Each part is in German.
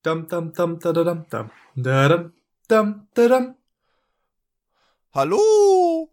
Dam, dam, dam, da, da, dam, dam. Da, dam, dam, da, dam. Hallo!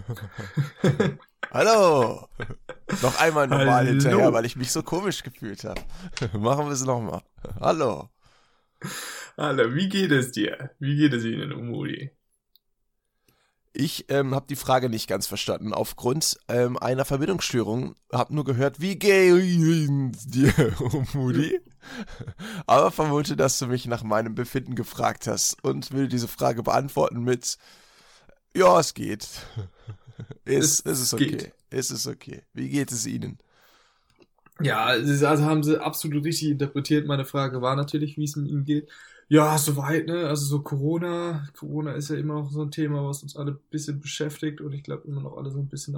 Hallo! Noch einmal normal hinterher, Hallo. weil ich mich so komisch gefühlt habe. Machen wir es nochmal. Hallo! Hallo, wie geht es dir? Wie geht es Ihnen, Umudi? Ich habe die Frage nicht ganz verstanden. Aufgrund einer Verbindungsstörung habe nur gehört, wie geht's dir, Moody? Aber vermute, dass du mich nach meinem Befinden gefragt hast und will diese Frage beantworten mit ja, es geht. Es ist okay. Geht. Es ist okay. Wie geht es Ihnen? Ja, also haben sie absolut richtig interpretiert. Meine Frage war natürlich, wie es mit Ihnen geht. Ja, soweit, ne? Also so Corona. Corona ist ja immer noch so ein Thema, was uns alle ein bisschen beschäftigt und ich glaube immer noch alle so ein bisschen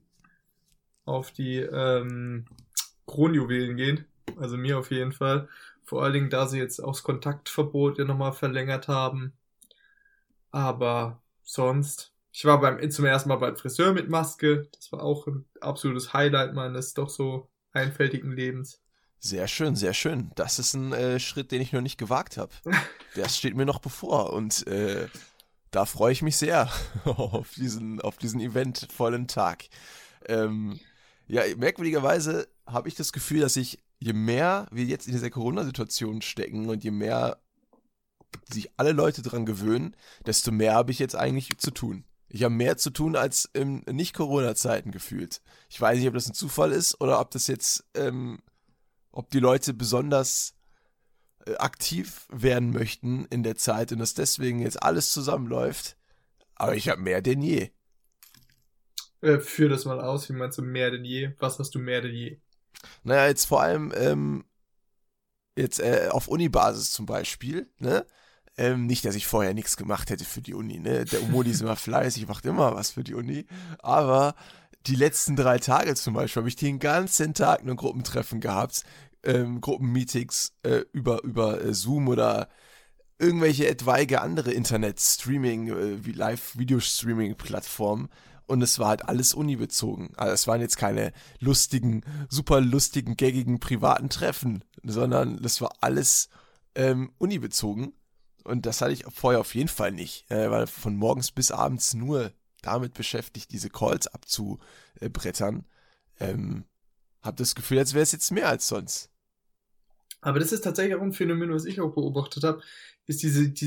auf die Kronjuwelen gehen. Also mir auf jeden Fall. Vor allen Dingen, da sie jetzt auch das Kontaktverbot ja nochmal verlängert haben. Aber sonst, ich war zum ersten Mal beim Friseur mit Maske. Das war auch ein absolutes Highlight meines doch so einfältigen Lebens. Sehr schön, sehr schön. Das ist ein Schritt, den ich noch nicht gewagt habe. Das steht mir noch bevor und da freue ich mich sehr auf diesen eventvollen Tag. Ja, merkwürdigerweise habe ich das Gefühl, dass je mehr wir jetzt in dieser Corona-Situation stecken und je mehr sich alle Leute dran gewöhnen, desto mehr habe ich jetzt eigentlich zu tun. Ich habe mehr zu tun als in Nicht-Corona-Zeiten gefühlt. Ich weiß nicht, ob das ein Zufall ist oder ob das jetzt, ob die Leute besonders aktiv werden möchten in der Zeit und dass deswegen jetzt alles zusammenläuft. Aber ich habe mehr denn je. Führ das mal aus, wie meinst du mehr denn je? Was hast du mehr denn je? Naja, jetzt vor allem jetzt auf Uni-Basis zum Beispiel, ne? Nicht, dass ich vorher nichts gemacht hätte für die Uni, ne? Der Umodi ist immer fleißig, macht immer was für die Uni. Aber die letzten 3 Tage zum Beispiel habe ich den ganzen Tag nur Gruppentreffen gehabt, Gruppenmeetings über Zoom oder irgendwelche etwaige andere Internet-Streaming, wie Live-Video-Streaming-Plattformen. Und es war halt alles unibezogen. Also es waren jetzt keine lustigen, super lustigen, gaggigen privaten Treffen, sondern das war alles unibezogen. Und das hatte ich vorher auf jeden Fall nicht, weil von morgens bis abends nur damit beschäftigt, diese Calls abzubrettern. Hab das Gefühl, als wäre es jetzt mehr als sonst. Aber das ist tatsächlich auch ein Phänomen, was ich auch beobachtet habe, ist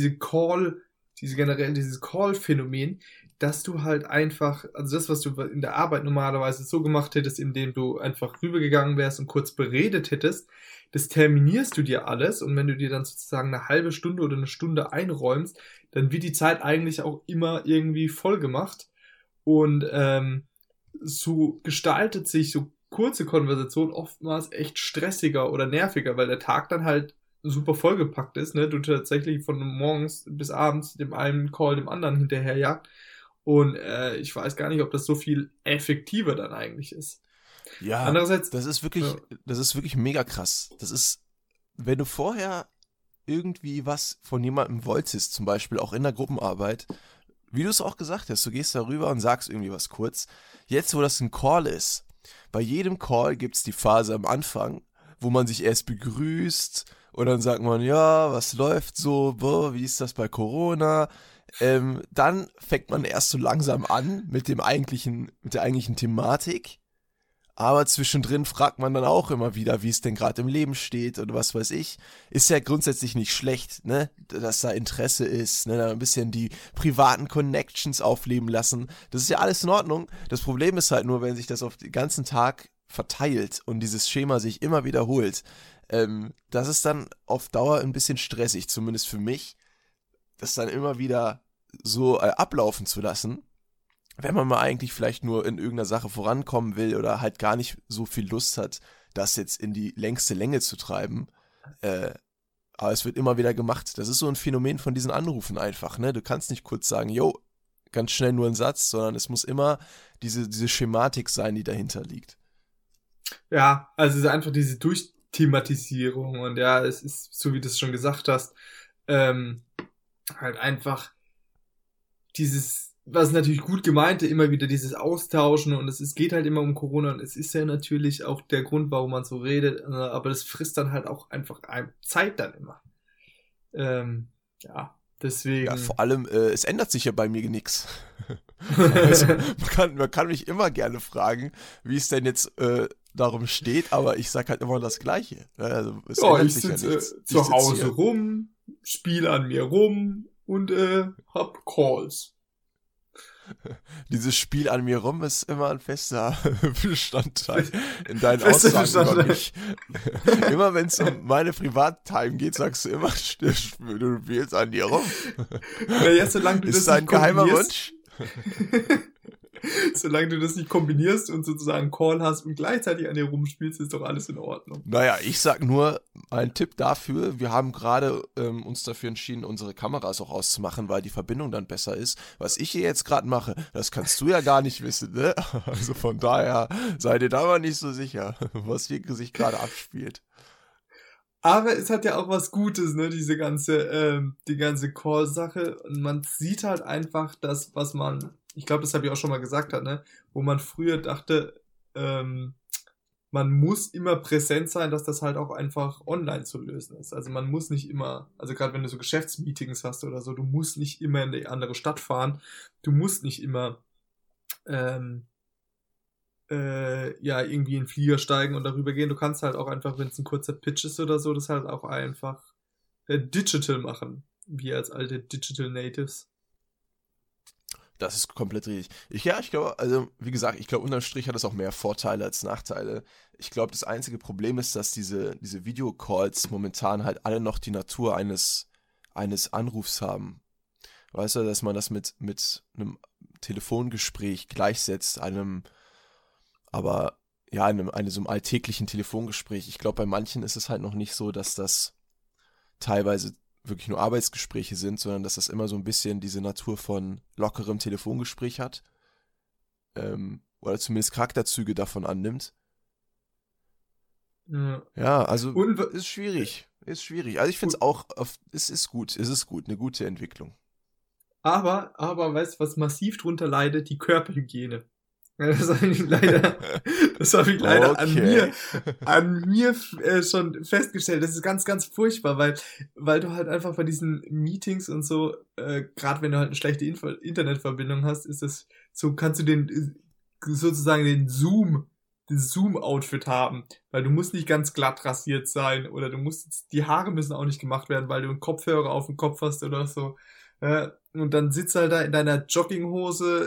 dieses Call-Phänomen, dass du halt einfach, also das, was du in der Arbeit normalerweise so gemacht hättest, indem du einfach rübergegangen wärst und kurz beredet hättest, das terminierst du dir alles und wenn du dir dann sozusagen eine halbe Stunde oder eine Stunde einräumst, dann wird die Zeit eigentlich auch immer irgendwie voll gemacht und so gestaltet sich so kurze Konversation oftmals echt stressiger oder nerviger, weil der Tag dann halt super vollgepackt ist, ne? Du tatsächlich von morgens bis abends dem einen Call dem anderen hinterherjagt. Und ich weiß gar nicht, ob das so viel effektiver dann eigentlich ist. Ja, Andererseits, ja, das ist wirklich mega krass. Das ist, wenn du vorher irgendwie was von jemandem wolltest, zum Beispiel auch in der Gruppenarbeit, wie du es auch gesagt hast, du gehst darüber und sagst irgendwie was kurz. Jetzt, wo das ein Call ist, bei jedem Call gibt es die Phase am Anfang, wo man sich erst begrüßt und dann sagt man, ja, was läuft so, boah, wie ist das bei Corona? Dann fängt man erst so langsam an mit mit der eigentlichen Thematik. Aber zwischendrin fragt man dann auch immer wieder, wie es denn gerade im Leben steht oder was weiß ich. Ist ja grundsätzlich nicht schlecht, ne? Dass da Interesse ist, ne? Da ein bisschen die privaten Connections aufleben lassen. Das ist ja alles in Ordnung. Das Problem ist halt nur, wenn sich das auf den ganzen Tag verteilt und dieses Schema sich immer wiederholt. Das ist dann auf Dauer ein bisschen stressig, zumindest für mich, das dann immer wieder so ablaufen zu lassen, wenn man mal eigentlich vielleicht nur in irgendeiner Sache vorankommen will oder halt gar nicht so viel Lust hat, das jetzt in die längste Länge zu treiben. Aber es wird immer wieder gemacht. Das ist so ein Phänomen von diesen Anrufen einfach, ne? Du kannst nicht kurz sagen, yo, ganz schnell nur ein Satz, sondern es muss immer diese Schematik sein, die dahinter liegt. ja, also es ist einfach diese Durchthematisierung und ja, es ist, so wie du es schon gesagt hast, ähm, halt einfach was natürlich gut gemeinte, immer wieder dieses Austauschen und es geht halt immer um Corona und es ist ja natürlich auch der Grund, warum man so redet, aber das frisst dann halt auch einfach Zeit dann immer. Ja, deswegen. Ja, vor allem, es ändert sich ja bei mir nichts. Also, man kann mich immer gerne fragen, wie es denn jetzt darum steht, aber ich sag halt immer das Gleiche. Also, es ändert Ich sich ja sitze nichts. Ich zu sitz Hause hier. rum, spiele an mir rum und hab Calls. Dieses Spiel an mir rum ist immer ein fester Bestandteil in deinen Fester Aussagen über Bestandteil. mich. Immer wenn es um meine Privattime geht, sagst du immer, du spielst an dir rum. Naja, solange du Ist das das ein nicht geheimer kombinierst, Wunsch? solange du das nicht kombinierst und sozusagen einen Call hast und gleichzeitig an dir rumspielst, ist doch alles in Ordnung. Naja, ich sag nur, ein Tipp dafür, wir haben gerade uns dafür entschieden, unsere Kameras auch auszumachen, weil die Verbindung dann besser ist. Was ich hier jetzt gerade mache, das kannst du ja gar nicht wissen, ne? Also von daher, sei dir da mal nicht so sicher, was hier sich gerade abspielt. Aber es hat ja auch was Gutes, ne, die ganze Call-Sache. Und man sieht halt einfach das, was man, ich glaube, das habe ich auch schon mal gesagt, ne, wo man früher dachte, man muss immer präsent sein, dass das halt auch einfach online zu lösen ist. Also man muss nicht immer, also gerade wenn du so Geschäftsmeetings hast oder so, du musst nicht immer in die andere Stadt fahren, du musst nicht immer irgendwie in den Flieger steigen und darüber gehen. Du kannst halt auch einfach, wenn es ein kurzer Pitch ist oder so, das halt auch einfach digital machen. Wir als alte Digital Natives. Das ist komplett richtig. Ich glaube, also wie gesagt, ich glaube, unterm Strich hat es auch mehr Vorteile als Nachteile. Ich glaube, das einzige Problem ist, dass diese Videocalls momentan halt alle noch die Natur eines Anrufs haben. Weißt du, dass man das mit einem Telefongespräch gleichsetzt, aber ja, einem so einem alltäglichen Telefongespräch. Ich glaube, bei manchen ist es halt noch nicht so, dass das teilweise wirklich nur Arbeitsgespräche sind, sondern dass das immer so ein bisschen diese Natur von lockerem Telefongespräch hat. Oder zumindest Charakterzüge davon annimmt. Ja, also Und ist schwierig. Ist schwierig. Also ich finde es auch, es ist gut, eine gute Entwicklung. aber, weißt du, was massiv drunter leidet? Die Körperhygiene. Ja, das habe ich leider Okay. an mir schon festgestellt. Das ist ganz, ganz furchtbar, weil du halt einfach bei diesen Meetings und so, gerade wenn du halt eine schlechte Internetverbindung hast, ist es so, kannst du sozusagen das Zoom-Outfit haben, weil du musst nicht ganz glatt rasiert sein oder die Haare müssen auch nicht gemacht werden, weil du einen Kopfhörer auf dem Kopf hast oder so. Und dann sitzt halt da in deiner Jogginghose,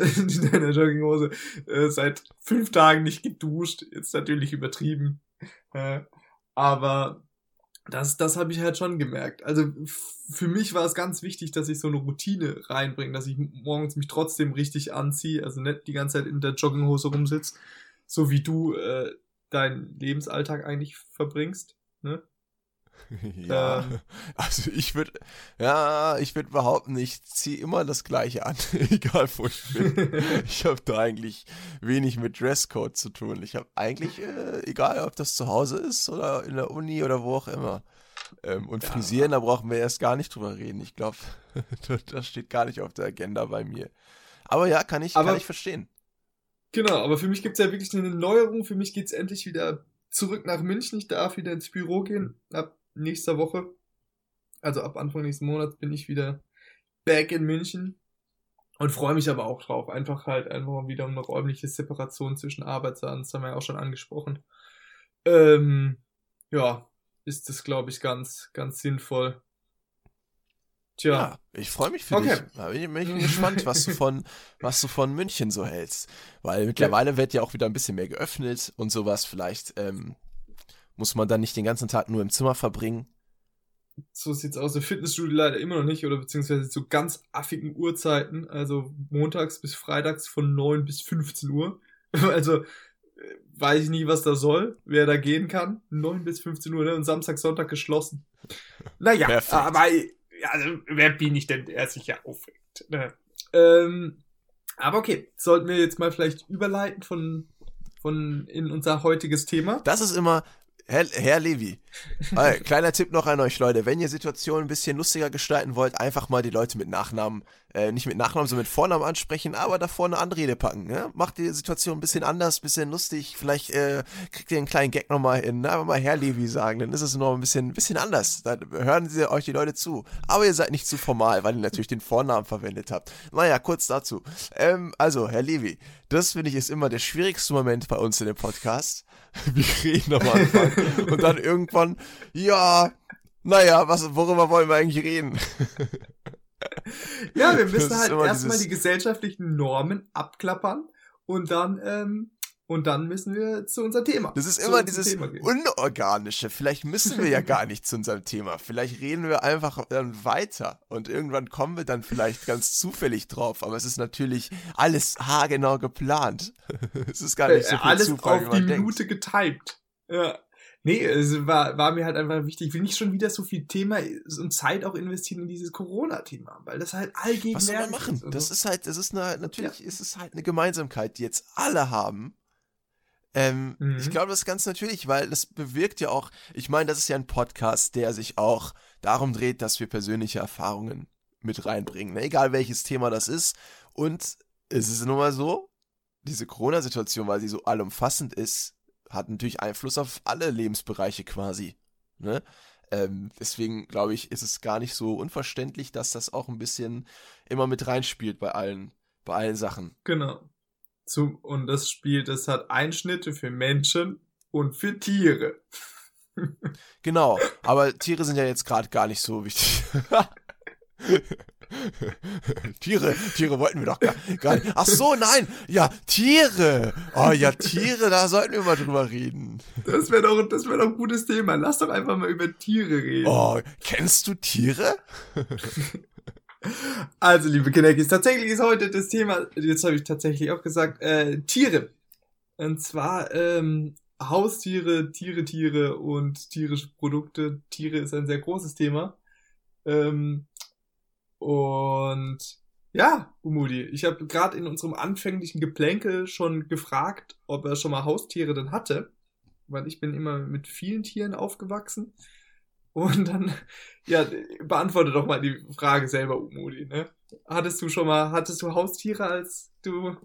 seit 5 Tagen nicht geduscht. Jetzt natürlich übertrieben. Aber das habe ich halt schon gemerkt. Also für mich war es ganz wichtig, dass ich so eine Routine reinbringe, dass ich morgens mich trotzdem richtig anziehe, also nicht die ganze Zeit in der Jogginghose rumsitze, so wie du deinen Lebensalltag eigentlich verbringst. Ne? Ja, also ich würde behaupten, ich ziehe immer das Gleiche an, egal wo ich bin. Ich habe da eigentlich wenig mit Dresscode zu tun. Ich habe eigentlich, egal ob das zu Hause ist oder in der Uni oder wo auch immer. Und Ja. Frisieren, da brauchen wir erst gar nicht drüber reden. Ich glaube, das steht gar nicht auf der Agenda bei mir. Aber ja, kann ich verstehen. Genau, aber für mich gibt's ja wirklich eine Neuerung. Für mich geht's endlich wieder zurück nach München. Ich darf wieder ins Büro gehen. Ab nächster Woche, also ab Anfang nächsten Monats, bin ich wieder back in München und freue mich aber auch drauf. Einfach mal wieder um eine räumliche Separation zwischen Arbeit zu haben. Das haben wir ja auch schon angesprochen. Ja, ist das, glaube ich, ganz, ganz sinnvoll. Tja. Ja, ich freue mich für Okay. dich. Da bin ich gespannt, was du von München so hältst. Weil mittlerweile wird ja auch wieder ein bisschen mehr geöffnet und sowas. Vielleicht muss man dann nicht den ganzen Tag nur im Zimmer verbringen. So sieht's aus. Der Fitnessstudio leider immer noch nicht, oder beziehungsweise zu ganz affigen Uhrzeiten, also montags bis freitags von 9 bis 15 Uhr. Also weiß ich nie, was da soll, wer da gehen kann. 9 bis 15 Uhr, ne? Und Samstag, Sonntag geschlossen. Naja, Perfekt. aber also, wer bin ich denn, der sich ja aufregt? Ne? Aber okay, sollten wir jetzt mal vielleicht überleiten in unser heutiges Thema. Das ist immer, Herr Levi, Kleiner Tipp noch an euch, Leute. Wenn ihr Situationen ein bisschen lustiger gestalten wollt, einfach mal die Leute mit Nachnamen, nicht mit Nachnamen, sondern mit Vornamen ansprechen, aber davor eine Anrede packen. Ne? Macht die Situation ein bisschen anders, ein bisschen lustig. Vielleicht kriegt ihr einen kleinen Gag nochmal hin. Einfach mal Herr Levi sagen, dann ist es noch ein bisschen anders. Dann hören sie euch die Leute zu. Aber ihr seid nicht zu formal, weil ihr natürlich den Vornamen verwendet habt. Naja, kurz dazu. Also, Herr Levi, das finde ich ist immer der schwierigste Moment bei uns in dem Podcast. Wir reden am Anfang und dann irgendwann, ja, naja, worüber wollen wir eigentlich reden? Ja, wir müssen halt erstmal die gesellschaftlichen Normen abklappern und dann müssen wir zu unserem Thema. Das ist immer dieses Unorganische. Vielleicht müssen wir ja gar nicht zu unserem Thema. Vielleicht reden wir einfach dann weiter und irgendwann kommen wir dann vielleicht ganz zufällig drauf. Aber es ist natürlich alles haargenau geplant. Es ist gar nicht so viel alles Zufall, auf die Minute getimt. Ja. Nee, es war mir halt einfach wichtig. Ich will nicht schon wieder so viel Thema und Zeit auch investieren in dieses Corona-Thema, weil das halt allgegenwärtig ist. Was soll man machen? Das ist halt, natürlich ist es halt eine Gemeinsamkeit, die jetzt alle haben. Ich glaube, das ist ganz natürlich, weil das bewirkt ja auch, ich meine, das ist ja ein Podcast, der sich auch darum dreht, dass wir persönliche Erfahrungen mit reinbringen, ne? Egal welches Thema das ist. Und es ist nun mal so, diese Corona-Situation, weil sie so allumfassend ist, hat natürlich Einfluss auf alle Lebensbereiche quasi, ne? Deswegen, glaube ich, ist es gar nicht so unverständlich, dass das auch ein bisschen immer mit reinspielt bei allen Sachen. Genau. Und das hat Einschnitte für Menschen und für Tiere. Genau, aber Tiere sind ja jetzt gerade gar nicht so wichtig. Tiere wollten wir doch gar nicht. Ach so, nein, ja, Tiere. Oh ja, Tiere, da sollten wir mal drüber reden. Das wäre doch ein gutes Thema. Lass doch einfach mal über Tiere reden. Oh, kennst du Tiere? Also, liebe Kinderkis, tatsächlich ist heute das Thema, jetzt habe ich tatsächlich auch gesagt, Tiere. Und zwar Haustiere, Tiere und tierische Produkte. Tiere ist ein sehr großes Thema. Und ja, Umudi, ich habe gerade in unserem anfänglichen Geplänkel schon gefragt, ob er schon mal Haustiere denn hatte. Weil ich bin immer mit vielen Tieren aufgewachsen. Und dann, ja, beantworte doch mal die Frage selber, Umudi, ne? Hattest du Haustiere, als du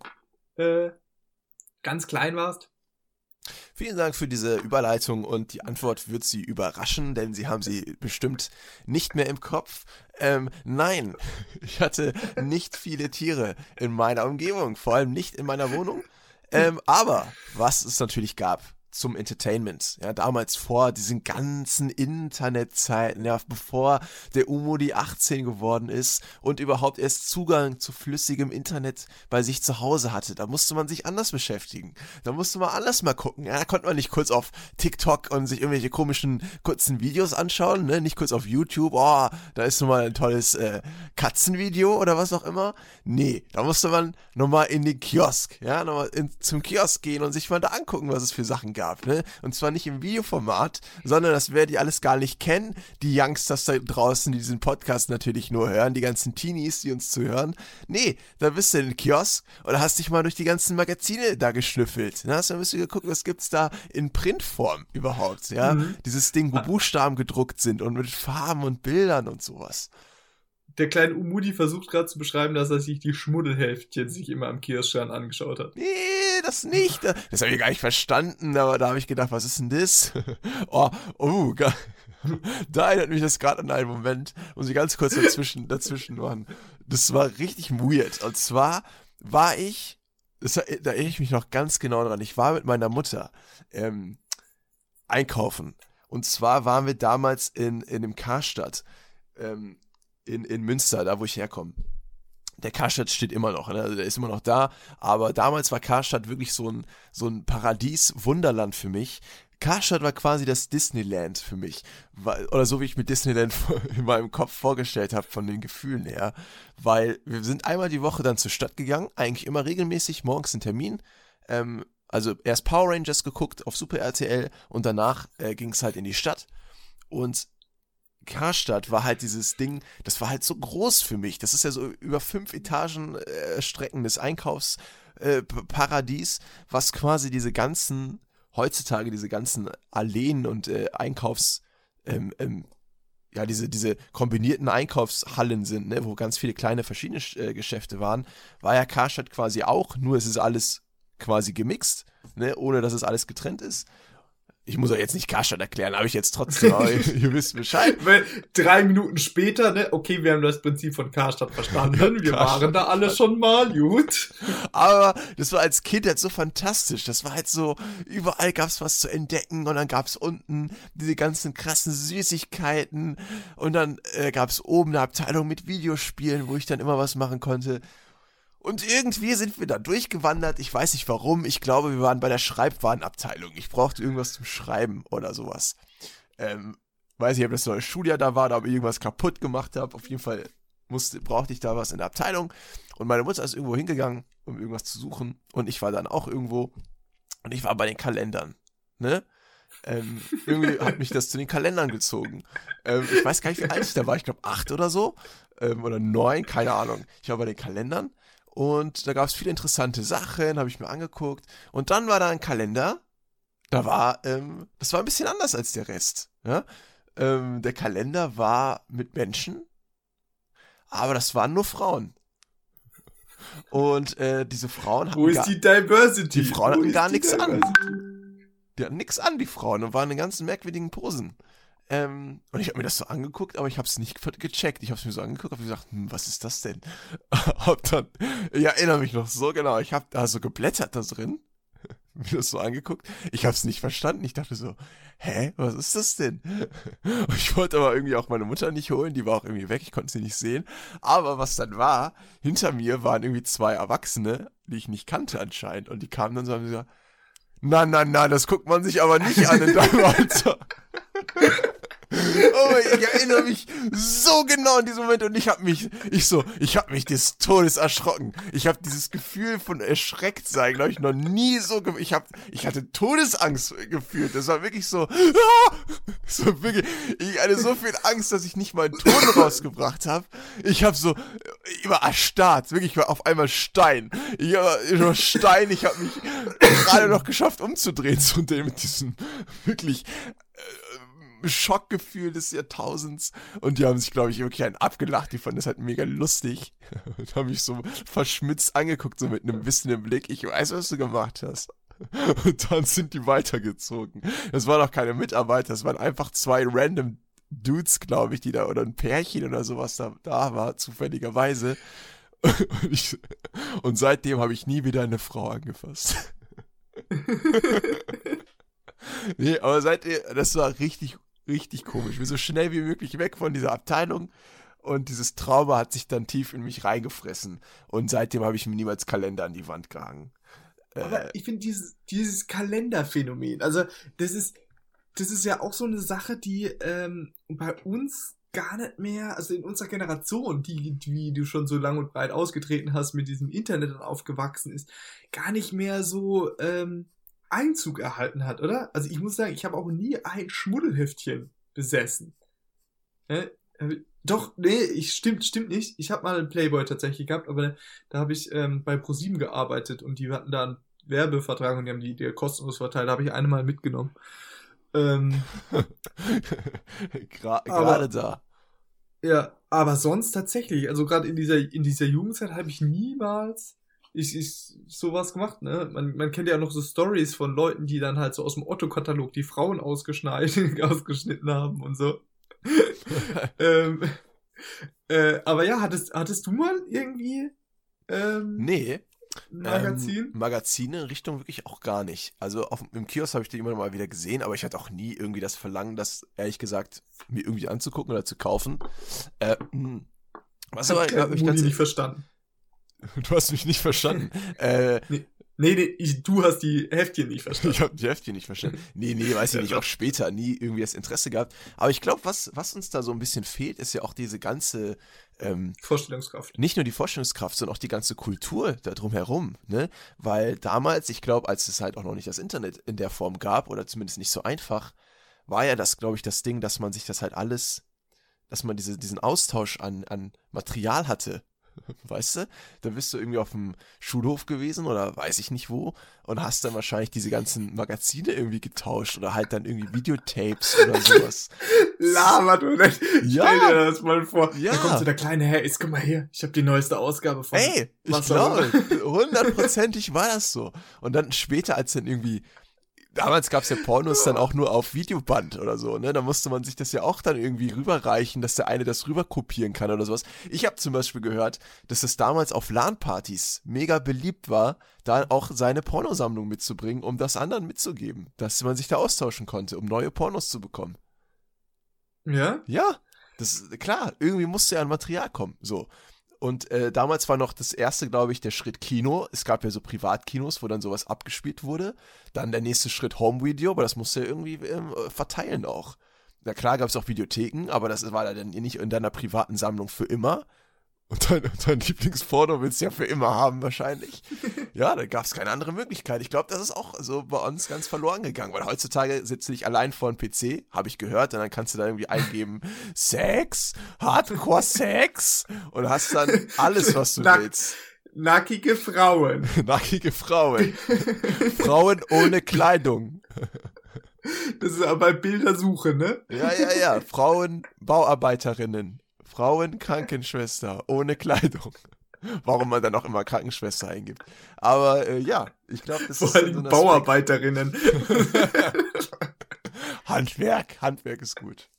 ganz klein warst? Vielen Dank für diese Überleitung und die Antwort wird Sie überraschen, denn Sie haben sie bestimmt nicht mehr im Kopf. Nein, ich hatte nicht viele Tiere in meiner Umgebung, vor allem nicht in meiner Wohnung. Aber was es natürlich gab zum Entertainment, ja, damals vor diesen ganzen Internetzeiten, ja, bevor der Umudi 18 geworden ist und überhaupt erst Zugang zu flüssigem Internet bei sich zu Hause hatte, da musste man sich anders beschäftigen, da musste man anders mal gucken, ja, da konnte man nicht kurz auf TikTok und sich irgendwelche komischen kurzen Videos anschauen, ne, nicht kurz auf YouTube, oh, da ist nochmal ein tolles Katzenvideo oder was auch immer, nee, da musste man nochmal in den Kiosk, ja, nochmal zum Kiosk gehen und sich mal da angucken, was es für Sachen gab. Ne? Und zwar nicht im Videoformat, sondern das werdet ihr alles gar nicht kennen. Die Youngsters da draußen, die diesen Podcast natürlich nur hören, die ganzen Teenies, die uns zuhören. Nee, da bist du in den Kiosk und hast dich mal durch die ganzen Magazine da geschnüffelt. Ne? Hast du ein bisschen geguckt, was gibt's da in Printform überhaupt, ja? Dieses Ding, wo Buchstaben gedruckt sind und mit Farben und Bildern und sowas. Der kleine Umudi versucht gerade zu beschreiben, dass er sich die Schmuddelhälftchen sich immer am Kioskstand angeschaut hat. Nee, das nicht. Das habe ich gar nicht verstanden, aber da habe ich gedacht, was ist denn das? Da erinnert mich das gerade an einen Moment, muss ich ganz kurz dazwischen machen. Das war richtig weird. Und zwar war da erinnere ich mich noch ganz genau dran, ich war mit meiner Mutter einkaufen. Und zwar waren wir damals in dem Karstadt, in Münster, da wo ich herkomme. Der Karstadt steht immer noch, ne? Also der ist immer noch da, aber damals war Karstadt wirklich so ein Paradies-Wunderland für mich. Karstadt war quasi das Disneyland für mich, oder so wie ich mir Disneyland in meinem Kopf vorgestellt habe, von den Gefühlen her, weil wir sind einmal die Woche dann zur Stadt gegangen, eigentlich immer regelmäßig, morgens ein Termin, also erst Power Rangers geguckt auf Super RTL und danach ging es halt in die Stadt und Karstadt war halt dieses Ding, das war halt so groß für mich. Das ist ja so über 5 Etagen streckendes Einkaufsparadies, was quasi diese ganzen heutzutage diese ganzen Alleen und diese kombinierten Einkaufshallen sind, ne, wo ganz viele kleine verschiedene Geschäfte waren, war ja Karstadt quasi auch, nur es ist alles quasi gemixt, ne, ohne dass es alles getrennt ist. Ich muss euch jetzt nicht Karstadt erklären, habe ich jetzt trotzdem, aber ihr wisst Bescheid. 3 Minuten später, ne, okay, wir haben das Prinzip von Karstadt verstanden, wir waren da alle schon mal, gut. Aber das war als Kind halt so fantastisch, das war halt so, überall gab's was zu entdecken und dann gab's unten diese ganzen krassen Süßigkeiten und dann gab's oben eine Abteilung mit Videospielen, wo ich dann immer was machen konnte. Und irgendwie sind wir da durchgewandert, ich weiß nicht warum, ich glaube, wir waren bei der Schreibwarenabteilung. Ich brauchte irgendwas zum Schreiben oder sowas. Weiß nicht, ob das neue Schuljahr da war, oder ob ich irgendwas kaputt gemacht habe. Auf jeden Fall brauchte ich da was in der Abteilung. Und meine Mutter ist irgendwo hingegangen, um irgendwas zu suchen. Und ich war dann auch irgendwo. Und ich war bei den Kalendern. Ne? Irgendwie hat mich das zu den Kalendern gezogen. Ich weiß gar nicht, wie alt ich da war. Ich glaube 8 oder so. Oder 9, keine Ahnung. Ich war bei den Kalendern. Und da gab es viele interessante Sachen, habe ich mir angeguckt. Und dann war da ein Kalender, das war ein bisschen anders als der Rest. Ja? Der Kalender war mit Menschen, aber das waren nur Frauen. Und diese Frauen hatten Wo ist die Diversity? Die Frauen hatten gar nichts an. Die hatten nichts an, die Frauen, und waren in ganz merkwürdigen Posen. Und ich habe mir das so angeguckt, aber ich habe es nicht gecheckt. Ich habe es mir so angeguckt und habe gesagt, was ist das denn? Ich erinnere mich noch so genau, ich habe da so geblättert da drin, mir das so angeguckt. Ich habe es nicht verstanden. Ich dachte so, was ist das denn? Und ich wollte aber irgendwie auch meine Mutter nicht holen, die war auch irgendwie weg, ich konnte sie nicht sehen. Aber was dann war, hinter mir waren irgendwie 2 Erwachsene, die ich nicht kannte anscheinend. Und die kamen dann so und haben gesagt, na, das guckt man sich aber nicht an in deinem Alter. Oh, ich erinnere mich so genau an diesen Moment und ich habe mich des Todes erschrocken. Ich habe dieses Gefühl von erschreckt sein, glaube ich, noch nie so, ich hatte Todesangst gefühlt. Das war wirklich so, ich hatte so viel Angst, dass ich nicht mal einen Ton rausgebracht habe. Ich habe so, ich war erstarrt, wirklich, ich war auf einmal Stein. Ich habe mich gerade noch geschafft umzudrehen zu dem mit diesem wirklich Schockgefühl des Jahrtausends, und die haben sich, glaube ich, wirklich einen abgelacht, die fanden das halt mega lustig und haben mich so verschmitzt angeguckt, so mit einem wissenden Blick, ich weiß, was du gemacht hast. Und dann sind die weitergezogen. Das waren auch keine Mitarbeiter, das waren einfach 2 random Dudes, glaube ich, die da, oder ein Pärchen oder sowas da war, zufälligerweise. Und seitdem habe ich nie wieder eine Frau angefasst. Nee, aber das war richtig, richtig komisch. Ich bin so schnell wie möglich weg von dieser Abteilung und dieses Trauma hat sich dann tief in mich reingefressen. Und seitdem habe ich mir niemals Kalender an die Wand gehangen. Aber ich finde dieses Kalenderphänomen, also das ist ja auch so eine Sache, die bei uns gar nicht mehr, also in unserer Generation, die, wie du schon so lang und breit ausgetreten hast, mit diesem Internet dann aufgewachsen ist, gar nicht mehr so Einzug erhalten hat, oder? Also ich muss sagen, ich habe auch nie ein Schmuddelheftchen besessen. Doch, nee, stimmt nicht. Ich habe mal einen Playboy tatsächlich gehabt, aber da habe ich bei ProSieben gearbeitet und die hatten da einen Werbevertrag und die haben die kostenlos verteilt. Da habe ich eine mal mitgenommen. Gerade da. Ja, aber sonst tatsächlich, also gerade in dieser Jugendzeit habe ich niemals sowas gemacht, ne? Man kennt ja auch noch so Stories von Leuten, die dann halt so aus dem Otto-Katalog die Frauen ausgeschnitten haben und so. Aber ja, hattest du mal irgendwie Nee. Magazin? Magazine in Richtung wirklich auch gar nicht. Also im Kiosk habe ich die immer mal wieder gesehen, aber ich hatte auch nie irgendwie das Verlangen, das ehrlich gesagt mir irgendwie anzugucken oder zu kaufen. Was aber ich ganz nicht verstanden. Du hast mich nicht verstanden. Nee, du hast die Heftchen nicht verstanden. Ich habe die Heftchen nicht verstanden. Nee, weiß ich nicht. Auch später nie irgendwie das Interesse gehabt. Aber ich glaube, was uns da so ein bisschen fehlt, ist ja auch diese ganze Vorstellungskraft. Nicht nur die Vorstellungskraft, sondern auch die ganze Kultur da drumherum, ne? Weil damals, ich glaube, als es halt auch noch nicht das Internet in der Form gab, oder zumindest nicht so einfach, war ja das, glaube ich, das Ding, dass man sich das halt alles, dass man diesen Austausch an Material hatte. Weißt du? Dann bist du irgendwie auf dem Schulhof gewesen oder weiß ich nicht wo und hast dann wahrscheinlich diese ganzen Magazine irgendwie getauscht oder halt dann irgendwie Videotapes oder sowas. Laber du nicht. Ja. Stell dir das mal vor. Ja. Da kommt so der kleine Herr, jetzt guck mal hier, ich habe die neueste Ausgabe von Ey, ich was auch glaube, immer. 100%ig war das so. Und dann später, als dann irgendwie, damals gab es ja Pornos dann auch nur auf Videoband oder so, ne? Da musste man sich das ja auch dann irgendwie rüberreichen, dass der eine das rüber kopieren kann oder sowas. Ich habe zum Beispiel gehört, dass es damals auf LAN-Partys mega beliebt war, da auch seine Pornosammlung mitzubringen, um das anderen mitzugeben, dass man sich da austauschen konnte, um neue Pornos zu bekommen. Ja? Ja, das ist klar, irgendwie musste ja ein Material kommen, so. Und damals war noch das erste, glaube ich, der Schritt Kino. Es gab ja so Privatkinos, wo dann sowas abgespielt wurde. Dann der nächste Schritt Home Video, aber das musste ja irgendwie verteilen auch. Na klar gab es auch Videotheken, aber das war dann nicht in deiner privaten Sammlung für immer. Und dein Lieblingsporno willst du ja für immer haben wahrscheinlich. Ja, da gab es keine andere Möglichkeit. Ich glaube, das ist auch so bei uns ganz verloren gegangen, weil heutzutage sitzt du dich allein vor einem PC, habe ich gehört, und dann kannst du da irgendwie eingeben, Sex, Hardcore-Sex, und hast dann alles, was du willst. Nackige Frauen. Nackige Frauen. Frauen ohne Kleidung. Das ist aber Bildersuche, ne? Ja. Frauen, Bauarbeiterinnen. Frauen, Krankenschwester, ohne Kleidung. Warum man dann auch immer Krankenschwester eingibt. Aber ja, ich glaube, das Vor ist allem so ein Bauarbeiterinnen. Handwerk ist gut.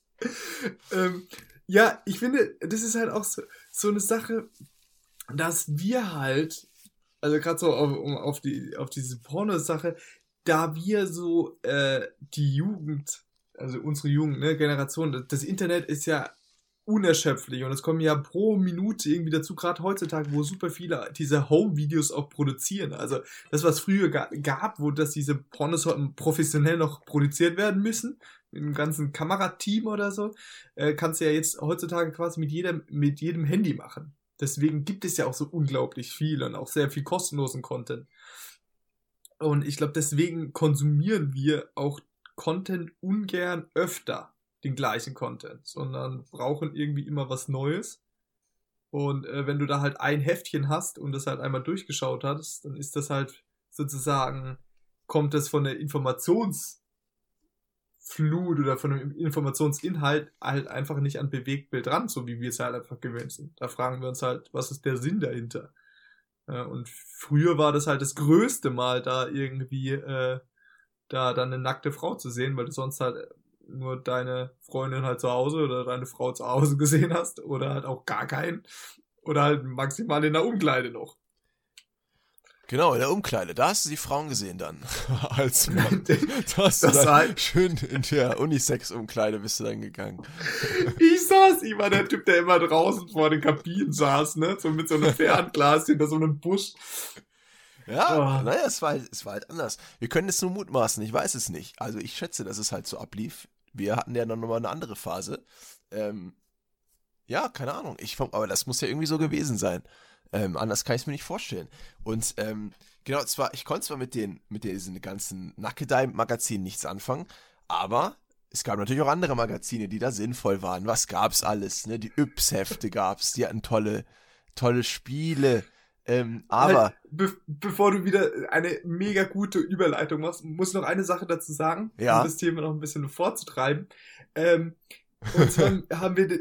Ja, ich finde, das ist halt auch so eine Sache, dass wir halt, also gerade so auf diese Pornosache, da wir so die Jugend, also unsere Jugend, ne, Generation, das Internet ist ja unerschöpflich und es kommen ja pro Minute irgendwie dazu, gerade heutzutage, wo super viele diese Home-Videos auch produzieren. Also das, was früher gab, wo dass diese Pornos professionell noch produziert werden müssen, mit einem ganzen Kamerateam oder so, kannst du ja jetzt heutzutage quasi mit jedem Handy machen. Deswegen gibt es ja auch so unglaublich viel und auch sehr viel kostenlosen Content. Und ich glaube, deswegen konsumieren wir auch Content ungern öfter, den gleichen Content, sondern brauchen irgendwie immer was Neues. Und wenn du da halt ein Heftchen hast und das halt einmal durchgeschaut hast, dann ist das halt sozusagen, kommt das von der Informationsflut oder von dem Informationsinhalt halt einfach nicht an Bewegtbild ran, so wie wir es halt einfach gewöhnt sind. Da fragen wir uns halt, was ist der Sinn dahinter? Und früher war das halt das größte Mal, da irgendwie da dann eine nackte Frau zu sehen, weil du sonst halt nur deine Freundin halt zu Hause oder deine Frau zu Hause gesehen hast oder halt auch gar keinen oder halt maximal in der Umkleide noch. Genau, in der Umkleide, da hast du die Frauen gesehen dann, als Mann. Da hast du Das dann halt- schön in der Unisex-Umkleide bist du dann gegangen. Ich war der Typ, der immer draußen vor den Kabinen saß, ne, so mit so einem Fernglas hinter so einem Busch. Ja, Oh. naja, es war halt anders. Wir können es nur mutmaßen, ich weiß es nicht. Also ich schätze, dass es halt so ablief. Wir hatten ja dann nochmal eine andere Phase. Ja, keine Ahnung. Aber das muss ja irgendwie so gewesen sein. Anders kann ich es mir nicht vorstellen. Und genau, ich konnte zwar mit diesen ganzen Nackedei-Magazinen nichts anfangen, aber es gab natürlich auch andere Magazine, die da sinnvoll waren. Was gab's alles? Ne? Die Yps-Hefte gab's, die hatten tolle Spiele. Aber Halt, bevor du wieder eine mega gute Überleitung machst, muss noch eine Sache dazu sagen, Ja. um das Thema noch ein bisschen vorzutreiben. Und zwar haben wir,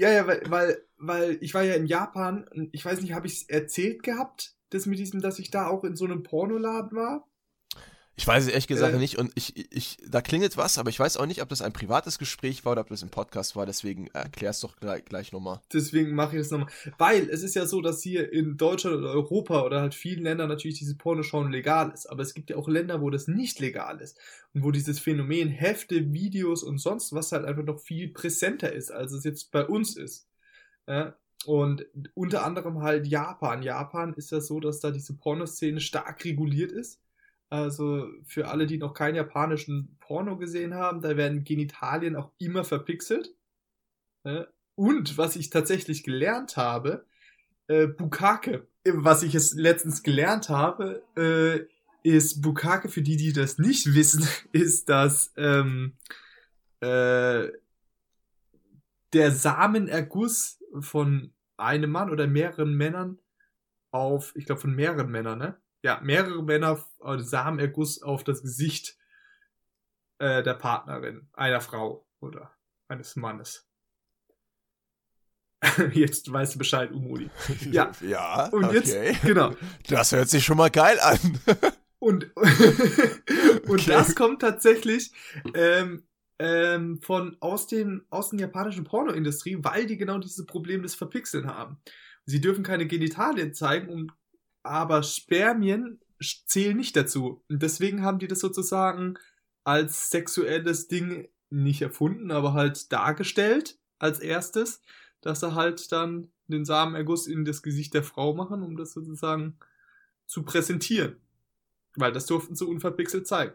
weil ich war ja in Japan und ich weiß nicht, habe ich es erzählt gehabt, das mit diesem, dass ich da auch in so einem Pornoladen war? ich weiß es ehrlich gesagt nicht und da klingelt was, aber ich weiß auch nicht, ob das ein privates Gespräch war oder ob das im Podcast war, deswegen erklär's doch gleich nochmal. Deswegen mache ich das nochmal. Weil es ist ja so, dass hier in Deutschland oder Europa oder halt vielen Ländern natürlich diese Pornoschauen legal ist. Aber es gibt ja auch Länder, wo das nicht legal ist. Und wo dieses Phänomen Hefte, Videos und sonst was halt einfach noch viel präsenter ist, als es jetzt bei uns ist. Ja? Und unter anderem halt Japan. Japan ist ja so, dass da diese Pornoszene stark reguliert ist. Also für alle, die noch keinen japanischen Porno gesehen haben, da werden Genitalien auch immer verpixelt. Und was ich tatsächlich gelernt habe, Bukkake. Was ich jetzt letztens gelernt habe, ist Bukkake, für die das nicht wissen, ist, dass der Samenerguss von einem Mann oder mehreren Männern ich glaube von mehreren Männern, ne? Ja, mehrere Männer Samenerguss auf das Gesicht der Partnerin, einer Frau oder eines Mannes. Jetzt weißt du Bescheid, Umudi. Ja, ja, und okay. jetzt, genau. Das hört sich schon mal geil an. Und Okay. das kommt tatsächlich aus der japanischen Pornoindustrie, weil die genau dieses Problem des Verpixeln haben. Sie dürfen keine Genitalien zeigen, aber Spermien zählen nicht dazu. Und deswegen haben die das sozusagen als sexuelles Ding nicht erfunden, aber halt dargestellt als erstes, dass sie halt dann den Samenerguss in das Gesicht der Frau machen, um das sozusagen zu präsentieren. Weil das durften sie unverpixelt zeigen.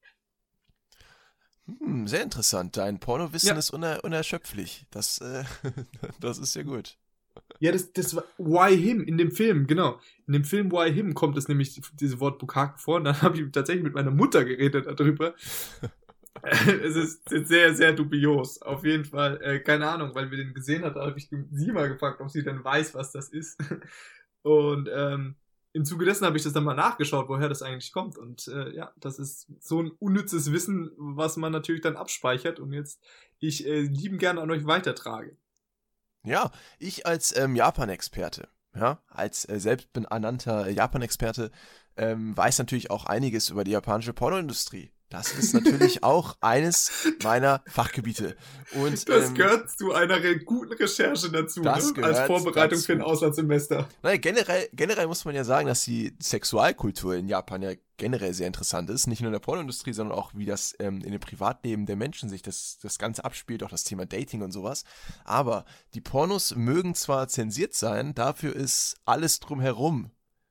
Sehr interessant. Dein Pornowissen Ja. ist unerschöpflich. Das ist ja gut. Ja, das war Why Him in dem Film, genau. In dem Film Why Him kommt es nämlich, dieses Wort Bukkake vor, und dann habe ich tatsächlich mit meiner Mutter geredet darüber. Es ist sehr, sehr dubios. Auf jeden Fall, keine Ahnung, weil wir den gesehen hatten, habe ich sie mal gefragt, ob sie denn weiß, was das ist. Und im Zuge dessen habe ich das dann mal nachgeschaut, woher das eigentlich kommt. Und ja, das ist so ein unnützes Wissen, was man natürlich dann abspeichert und jetzt ich lieben gerne an euch weitertrage. Ja, ich als Japan-Experte, ja, als selbstbenannter Japan-Experte, weiß natürlich auch einiges über die japanische Pornoindustrie. Das ist natürlich auch eines meiner Fachgebiete. Und, das gehört zu einer guten Recherche dazu, das ne? Als Vorbereitung dazu. für ein Auslandssemester. Naja, generell muss man ja sagen, dass die Sexualkultur in Japan ja generell sehr interessant ist. Nicht nur in der Pornoindustrie, sondern auch, wie das in dem Privatleben der Menschen sich das Ganze abspielt, auch das Thema Dating und sowas. Aber die Pornos mögen zwar zensiert sein, dafür ist alles drumherum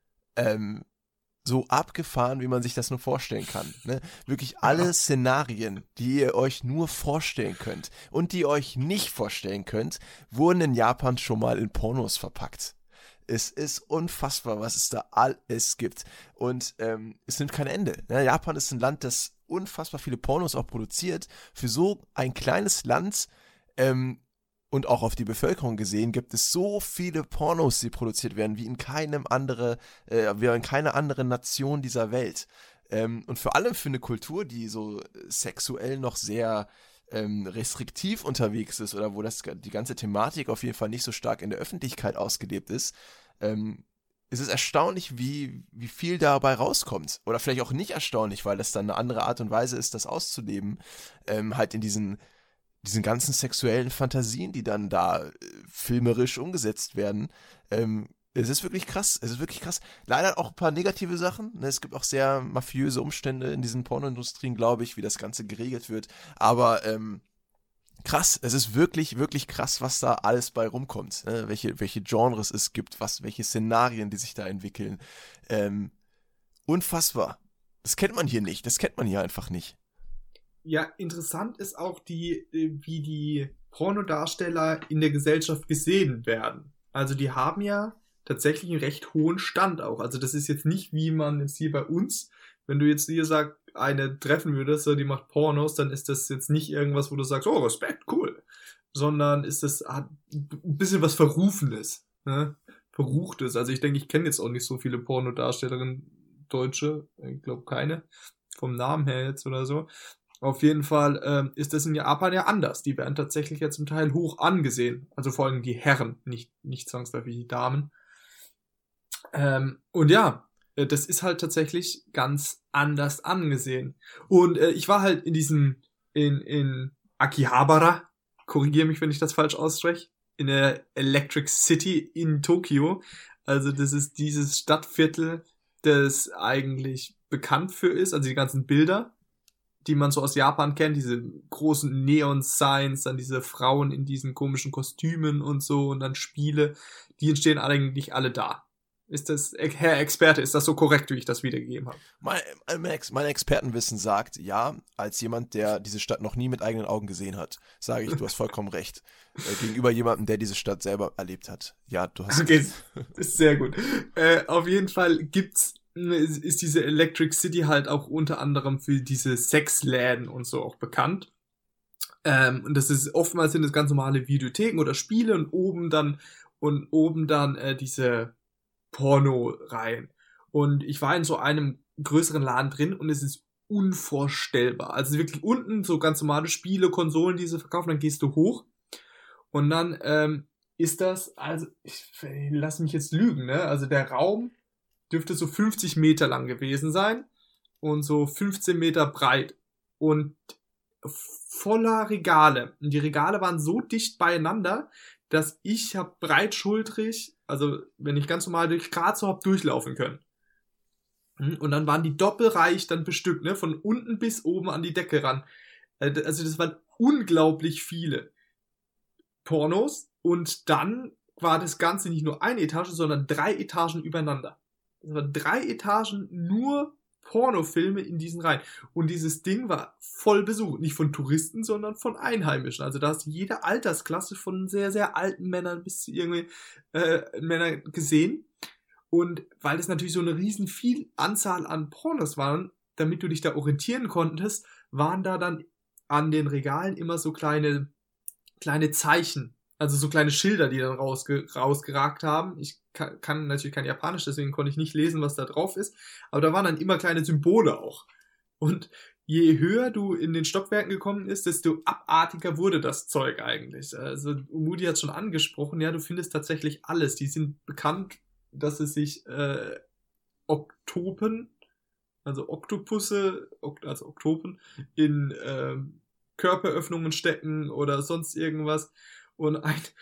so abgefahren, wie man sich das nur vorstellen kann. Ne? Wirklich alle Szenarien, die ihr euch nur vorstellen könnt und die ihr euch nicht vorstellen könnt, wurden in Japan schon mal in Pornos verpackt. Es ist unfassbar, was es da alles gibt. Und es nimmt kein Ende. Ne? Japan ist ein Land, das unfassbar viele Pornos auch produziert. Für so ein kleines Land und auch auf die Bevölkerung gesehen, gibt es so viele Pornos, die produziert werden, wie in keiner anderen Nation dieser Welt. Und vor allem für eine Kultur, die so sexuell noch sehr restriktiv unterwegs ist oder wo die ganze Thematik auf jeden Fall nicht so stark in der Öffentlichkeit ausgelebt ist, ist es erstaunlich, wie viel dabei rauskommt. Oder vielleicht auch nicht erstaunlich, weil das dann eine andere Art und Weise ist, das auszuleben, halt in diesen ganzen sexuellen Fantasien, die dann da filmerisch umgesetzt werden. Es ist wirklich krass. Leider auch ein paar negative Sachen. Ne? Es gibt auch sehr mafiöse Umstände in diesen Pornoindustrien, glaube ich, wie das Ganze geregelt wird. Aber krass. Es ist wirklich, wirklich krass, was da alles bei rumkommt. Ne? Welche Genres es gibt, welche Szenarien, die sich da entwickeln. Unfassbar. Das kennt man hier nicht. Das kennt man hier einfach nicht. Ja, interessant ist auch wie die Pornodarsteller in der Gesellschaft gesehen werden. Also die haben ja tatsächlich einen recht hohen Stand auch. Also das ist jetzt nicht, wie man jetzt hier bei uns, wenn du jetzt hier sagst, eine treffen würdest, so, die macht Pornos, dann ist das jetzt nicht irgendwas, wo du sagst, oh, Respekt, cool. Sondern hat ein bisschen was Verrufenes, ne? Verruchtes. Also ich denke, ich kenne jetzt auch nicht so viele Pornodarstellerinnen Deutsche. Ich glaube keine. Vom Namen her jetzt oder so. Auf jeden Fall ist das in Japan ja anders. Die werden tatsächlich ja zum Teil hoch angesehen. Also vor allem die Herren, nicht zwangsläufig die Damen. Und ja, das ist halt tatsächlich ganz anders angesehen. Und ich war halt in Akihabara, korrigiere mich, wenn ich das falsch ausspreche, in der Electric City in Tokio. Also das ist dieses Stadtviertel, das eigentlich bekannt für ist, also die ganzen Bilder, die man so aus Japan kennt, diese großen Neon-Signs, dann diese Frauen in diesen komischen Kostümen und so und dann Spiele, die entstehen eigentlich alle da. Ist das, Herr Experte, ist das so korrekt, wie ich das wiedergegeben habe? Mein Expertenwissen sagt, ja, als jemand, der diese Stadt noch nie mit eigenen Augen gesehen hat, sage ich, du hast vollkommen recht. Gegenüber jemandem, der diese Stadt selber erlebt hat. Ja, du hast recht. Okay, ist sehr gut. Auf jeden Fall ist diese Electric City halt auch unter anderem für diese Sexläden und so auch bekannt. Und das ist oftmals sind das ganz normale Videotheken oder Spiele und oben dann diese Porno-Reihen. Und ich war in so einem größeren Laden drin und es ist unvorstellbar. Also wirklich unten so ganz normale Spiele, Konsolen, die sie verkaufen, dann gehst du hoch und dann ist das, also ich lass mich jetzt lügen, ne? Also der Raum dürfte so 50 Meter lang gewesen sein und so 15 Meter breit und voller Regale. Und die Regale waren so dicht beieinander, dass ich hab breitschultrig, also wenn ich ganz normal gerade so hab durchlaufen können. Und dann waren die doppelreich dann bestückt, ne, von unten bis oben an die Decke ran. Also das waren unglaublich viele Pornos und dann war das Ganze nicht nur eine Etage, sondern 3 Etagen übereinander. Das waren 3 Etagen nur Pornofilme in diesen Reihen. Und dieses Ding war voll besucht. Nicht von Touristen, sondern von Einheimischen. Also da hast du jede Altersklasse von sehr, sehr alten Männern bis zu irgendwie Männer gesehen. Und weil es natürlich so eine riesen viel Anzahl an Pornos waren, damit du dich da orientieren konntest, waren da dann an den Regalen immer so kleine Zeichen. Also so kleine Schilder, die dann rausgeragt haben. Ich kann natürlich kein Japanisch, deswegen konnte ich nicht lesen, was da drauf ist. Aber da waren dann immer kleine Symbole auch. Und je höher du in den Stockwerken gekommen bist, desto abartiger wurde das Zeug eigentlich. Also Umudi hat schon angesprochen, ja, du findest tatsächlich alles. Die sind bekannt, dass sie sich Oktopen, also Oktopusse, also Oktopen, in Körperöffnungen stecken oder sonst irgendwas. Und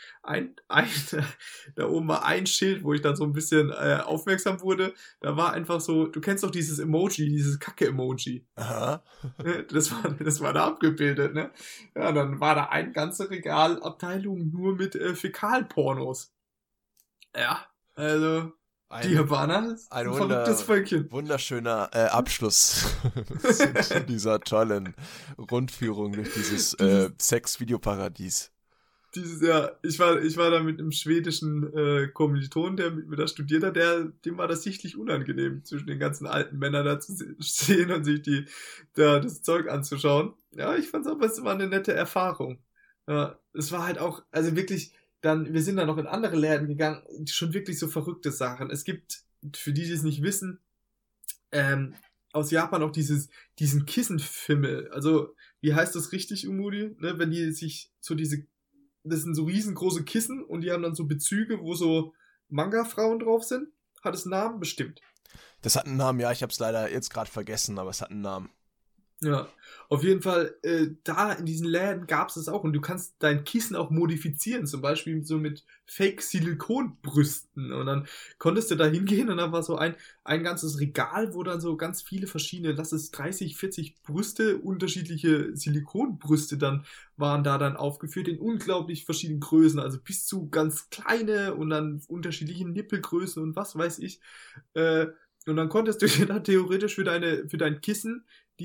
da oben war ein Schild, wo ich dann so ein bisschen aufmerksam wurde. Da war einfach so, du kennst doch dieses Emoji, dieses Kacke-Emoji. Aha. Das war da abgebildet, ne? Ja, dann war da eine ganze Regalabteilung nur mit Fäkalpornos. Ja, also die Japaner ist ein verrücktes Völkchen. Wunderschöner Abschluss dieser tollen Rundführung durch dieses Sex-Videoparadies. Ich war da mit einem schwedischen Kommiliton, der mit mir da studiert hat, dem war das sichtlich unangenehm, zwischen den ganzen alten Männern da zu stehen und sich das Zeug anzuschauen. Ja, ich fand's aber, es war eine nette Erfahrung. Ja, es war halt auch, also wirklich, wir sind dann noch in andere Läden gegangen, schon wirklich so verrückte Sachen. Es gibt, für die es nicht wissen, aus Japan auch diesen Kissenfimmel. Also, wie heißt das richtig, Umudi? Ne, wenn die sich so das sind so riesengroße Kissen und die haben dann so Bezüge, wo so Manga-Frauen drauf sind. Hat es einen Namen? Bestimmt. Das hat einen Namen, ja, ich hab's leider jetzt gerade vergessen, aber es hat einen Namen. Ja, auf jeden Fall, da in diesen Läden gab's das auch und du kannst dein Kissen auch modifizieren, zum Beispiel so mit Fake-Silikonbrüsten und dann konntest du da hingehen und dann war so ein ganzes Regal, wo dann so ganz viele verschiedene, lass es 30, 40 Brüste, unterschiedliche Silikonbrüste dann waren da dann aufgeführt in unglaublich verschiedenen Größen, also bis zu ganz kleine und dann unterschiedliche Nippelgrößen und was weiß ich, und dann konntest du dir dann theoretisch für dein Kissen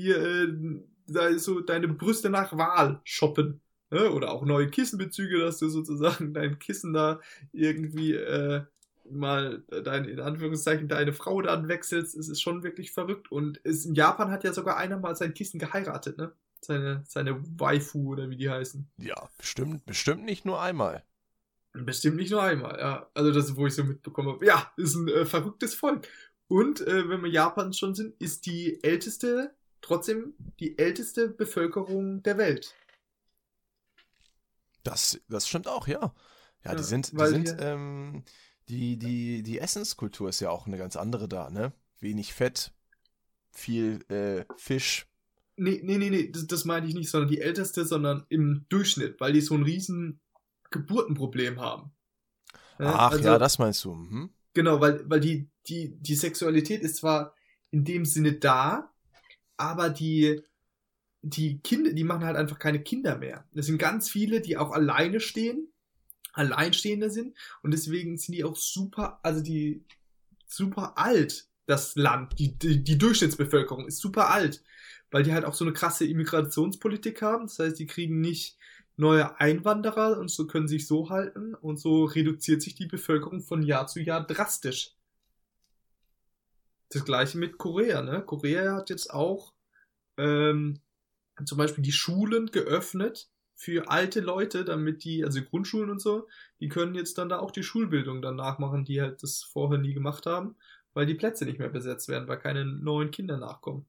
so deine Brüste nach Wahl shoppen. Ne? Oder auch neue Kissenbezüge, dass du sozusagen dein Kissen da irgendwie mal in Anführungszeichen deine Frau dann wechselst. Es ist schon wirklich verrückt. Und in Japan hat ja sogar einer mal sein Kissen geheiratet, ne? Seine Waifu oder wie die heißen. Ja, bestimmt nicht nur einmal. Bestimmt nicht nur einmal, ja. Also das, wo ich so mitbekommen habe. Ja, ist ein verrücktes Volk. Und wenn wir Japan schon sind, ist trotzdem die älteste Bevölkerung der Welt. Das stimmt auch, ja. Ja, die Essenskultur ist ja auch eine ganz andere da, ne? Wenig Fett, viel Fisch. Nee, das meine ich nicht, sondern die älteste, sondern im Durchschnitt, weil die so ein riesen Geburtenproblem haben. Ach, also, ja, das meinst du. Mhm. Genau, weil die Sexualität ist zwar in dem Sinne da, aber die Kinder, die machen halt einfach keine Kinder mehr. Es sind ganz viele, die auch Alleinstehende sind und deswegen sind die auch super alt, das Land, die Durchschnittsbevölkerung ist super alt, weil die halt auch so eine krasse Immigrationspolitik haben, das heißt, die kriegen nicht neue Einwanderer und so können sich so halten und so reduziert sich die Bevölkerung von Jahr zu Jahr drastisch. Das gleiche mit Korea, ne? Korea hat jetzt auch zum Beispiel die Schulen geöffnet, für alte Leute, damit die, also Grundschulen und so, die können jetzt dann da auch die Schulbildung dann nachmachen, die halt das vorher nie gemacht haben, weil die Plätze nicht mehr besetzt werden, weil keine neuen Kinder nachkommen.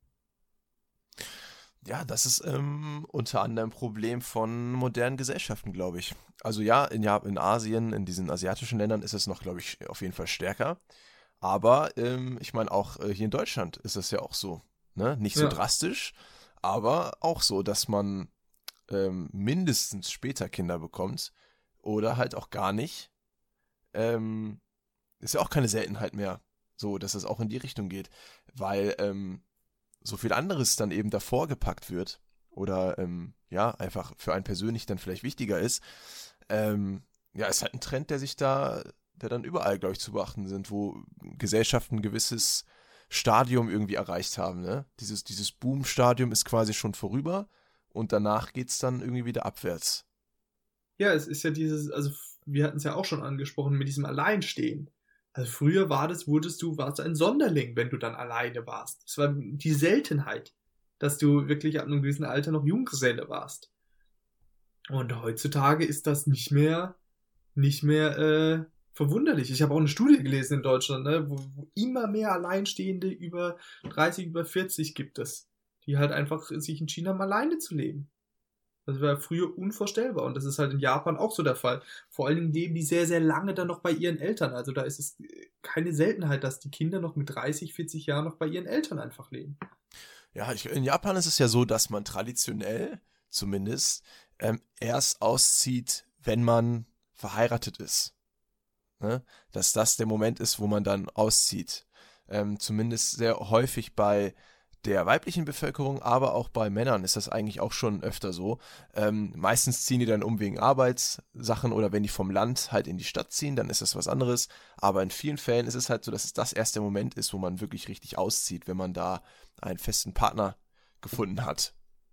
Ja, das ist unter anderem ein Problem von modernen Gesellschaften, glaube ich. Also ja, in Asien, in diesen asiatischen Ländern ist es noch, glaube ich, auf jeden Fall stärker. Aber ich meine, auch hier in Deutschland ist es ja auch so. Ne? Nicht so Ja, drastisch, aber auch so, dass man mindestens später Kinder bekommt oder halt auch gar nicht. Ähm, Ist ja auch keine Seltenheit mehr, so, dass es auch in die Richtung geht, weil so viel anderes dann eben davor gepackt wird oder ja, einfach für einen persönlich dann vielleicht wichtiger ist. Ja, ist halt ein Trend, der dann überall, glaube ich, zu beachten sind, wo Gesellschaften ein gewisses Stadium irgendwie erreicht haben, ne? Dieses Boom-Stadium ist quasi schon vorüber und danach geht's dann irgendwie wieder abwärts. ja, es ist ja dieses, also wir hatten es ja auch schon angesprochen mit diesem Alleinstehen. Also früher warst du ein Sonderling, wenn du dann alleine warst. Es war die Seltenheit, dass du wirklich ab einem gewissen Alter noch Junggeselle warst. Und heutzutage ist das nicht mehr verwunderlich. Ich habe auch eine Studie gelesen in Deutschland, ne, wo immer mehr Alleinstehende über 30, über 40 gibt es, die halt einfach sich entschieden haben, alleine zu leben. Das war früher unvorstellbar und das ist halt in Japan auch so der Fall. Vor allen Dingen leben die sehr, sehr lange dann noch bei ihren Eltern. Also da ist es keine Seltenheit, dass die Kinder noch mit 30, 40 Jahren noch bei ihren Eltern einfach leben. Ja, in Japan ist es ja so, dass man traditionell zumindest erst auszieht, wenn man verheiratet ist. Ne? Dass das der Moment ist, wo man dann auszieht. Zumindest sehr häufig bei der weiblichen Bevölkerung, aber auch bei Männern ist das eigentlich auch schon öfter so. Meistens ziehen die dann um wegen Arbeitssachen oder wenn die vom Land halt in die Stadt ziehen, dann ist das was anderes. Aber in vielen Fällen ist es halt so, dass es das erste Moment ist, wo man wirklich richtig auszieht, wenn man da einen festen Partner gefunden hat.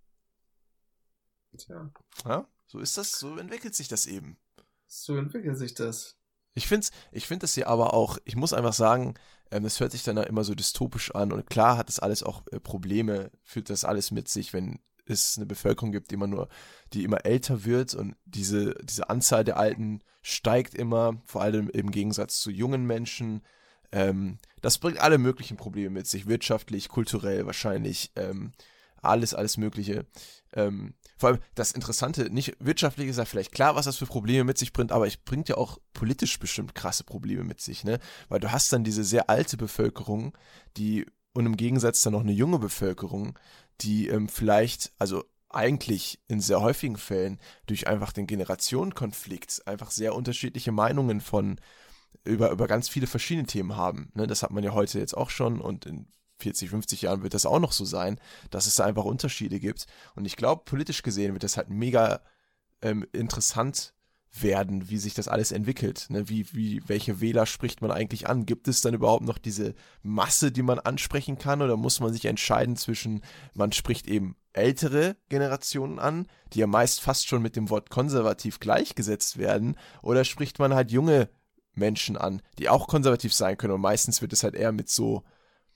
Tja, Ja, so ist das, so entwickelt sich das eben. so entwickelt sich das. Ich find das hier aber auch, ich muss einfach sagen, das hört sich dann ja immer so dystopisch an und klar hat das alles auch Probleme, führt das alles mit sich, wenn es eine Bevölkerung gibt, die immer älter wird und diese Anzahl der Alten steigt immer, vor allem im Gegensatz zu jungen Menschen. Das bringt alle möglichen Probleme mit sich, wirtschaftlich, kulturell wahrscheinlich, alles Mögliche. Vor allem das Interessante, nicht wirtschaftlich ist ja vielleicht klar, was das für Probleme mit sich bringt, aber es bringt ja auch politisch bestimmt krasse Probleme mit sich, ne? Weil du hast dann diese sehr alte Bevölkerung, und im Gegensatz dann noch eine junge Bevölkerung, die vielleicht, also eigentlich in sehr häufigen Fällen durch einfach den Generationenkonflikt einfach sehr unterschiedliche Meinungen über ganz viele verschiedene Themen haben. Ne? Das hat man ja heute jetzt auch schon und in 40, 50 Jahren wird das auch noch so sein, dass es da einfach Unterschiede gibt. Und ich glaube, politisch gesehen wird das halt mega interessant werden, wie sich das alles entwickelt. Ne? Welche Wähler spricht man eigentlich an? Gibt es dann überhaupt noch diese Masse, die man ansprechen kann? Oder muss man sich entscheiden zwischen, man spricht eben ältere Generationen an, die ja meist fast schon mit dem Wort konservativ gleichgesetzt werden, oder spricht man halt junge Menschen an, die auch konservativ sein können und meistens wird es halt eher mit so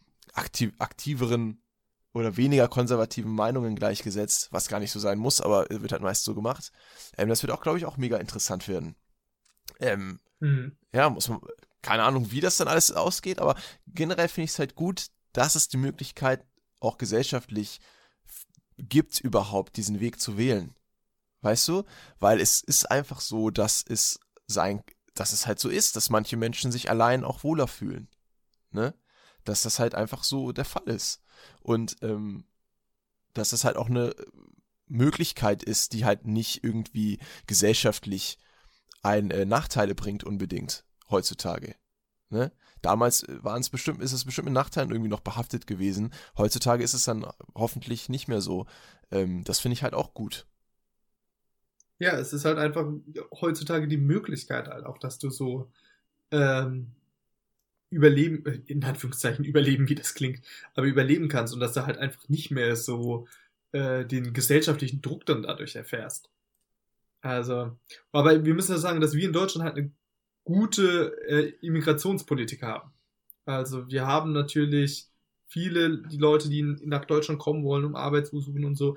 aktiveren oder weniger konservativen Meinungen gleichgesetzt, was gar nicht so sein muss, aber wird halt meist so gemacht. Das wird auch, glaube ich, auch mega interessant werden. Mhm. Ja, keine Ahnung, wie das dann alles ausgeht, aber generell finde ich es halt gut, dass es die Möglichkeit auch gesellschaftlich gibt, überhaupt diesen Weg zu wählen. Weißt du? Weil es ist einfach so, dass es halt so ist, dass manche Menschen sich allein auch wohler fühlen. Ne? Dass das halt einfach so der Fall ist. Und dass das halt auch eine Möglichkeit ist, die halt nicht irgendwie gesellschaftlich Nachteile bringt unbedingt heutzutage. Ne? Damals ist es bestimmt mit Nachteilen irgendwie noch behaftet gewesen. Heutzutage ist es dann hoffentlich nicht mehr so. Das finde ich halt auch gut. Ja, es ist halt einfach heutzutage die Möglichkeit halt auch, dass du so ähm, überleben, in Anführungszeichen überleben, wie das klingt, aber überleben kannst und dass du halt einfach nicht mehr so den gesellschaftlichen Druck dann dadurch erfährst. Also, aber wir müssen ja sagen, dass wir in Deutschland halt eine gute Immigrationspolitik haben. Also wir haben natürlich die Leute, die nach Deutschland kommen wollen, um Arbeit zu suchen und so.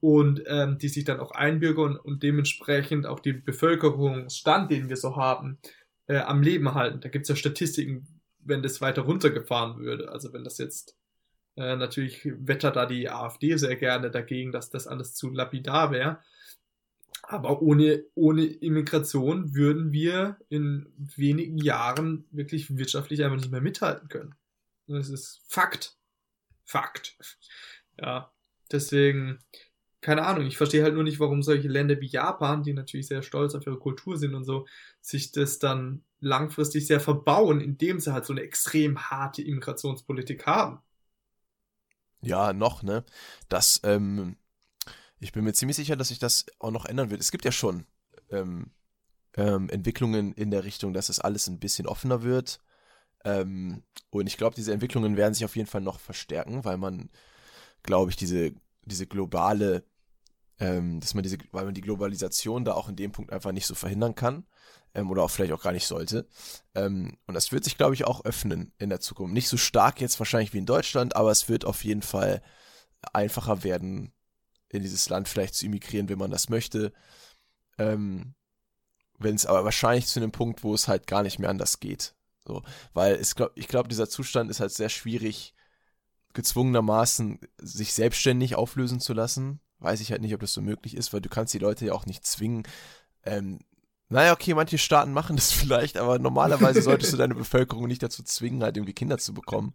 und die sich dann auch einbürgern und dementsprechend auch den Bevölkerungsstand, den wir so haben, am Leben halten. Da gibt's ja Statistiken, wenn das weiter runtergefahren würde. Also wenn das jetzt natürlich wettert da die AfD sehr gerne dagegen, dass das alles zu lapidar wäre. Aber ohne Immigration würden wir in wenigen Jahren wirklich wirtschaftlich einfach nicht mehr mithalten können. Das ist Fakt. Fakt. Ja, deswegen, keine Ahnung, ich verstehe halt nur nicht, warum solche Länder wie Japan, die natürlich sehr stolz auf ihre Kultur sind und so, sich das dann langfristig sehr verbauen, indem sie halt so eine extrem harte Immigrationspolitik haben. Ja, noch, ne? Das, ich bin mir ziemlich sicher, dass sich das auch noch ändern wird. Es gibt ja schon Entwicklungen in der Richtung, dass es alles ein bisschen offener wird. Und ich glaube, diese Entwicklungen werden sich auf jeden Fall noch verstärken, weil man, glaube ich, diese globale, weil man die Globalisation da auch in dem Punkt einfach nicht so verhindern kann, oder auch vielleicht auch gar nicht sollte. Und das wird sich, glaube ich, auch öffnen in der Zukunft. Nicht so stark jetzt wahrscheinlich wie in Deutschland, aber es wird auf jeden Fall einfacher werden, in dieses Land vielleicht zu immigrieren, wenn man das möchte. Wenn es aber wahrscheinlich zu einem Punkt, wo es halt gar nicht mehr anders geht. So, weil ich glaube, dieser Zustand ist halt sehr schwierig, gezwungenermaßen sich selbstständig auflösen zu lassen. Weiß ich halt nicht, ob das so möglich ist, weil du kannst die Leute ja auch nicht zwingen. Naja, okay, manche Staaten machen das vielleicht, aber normalerweise solltest du deine Bevölkerung nicht dazu zwingen, halt irgendwie Kinder zu bekommen.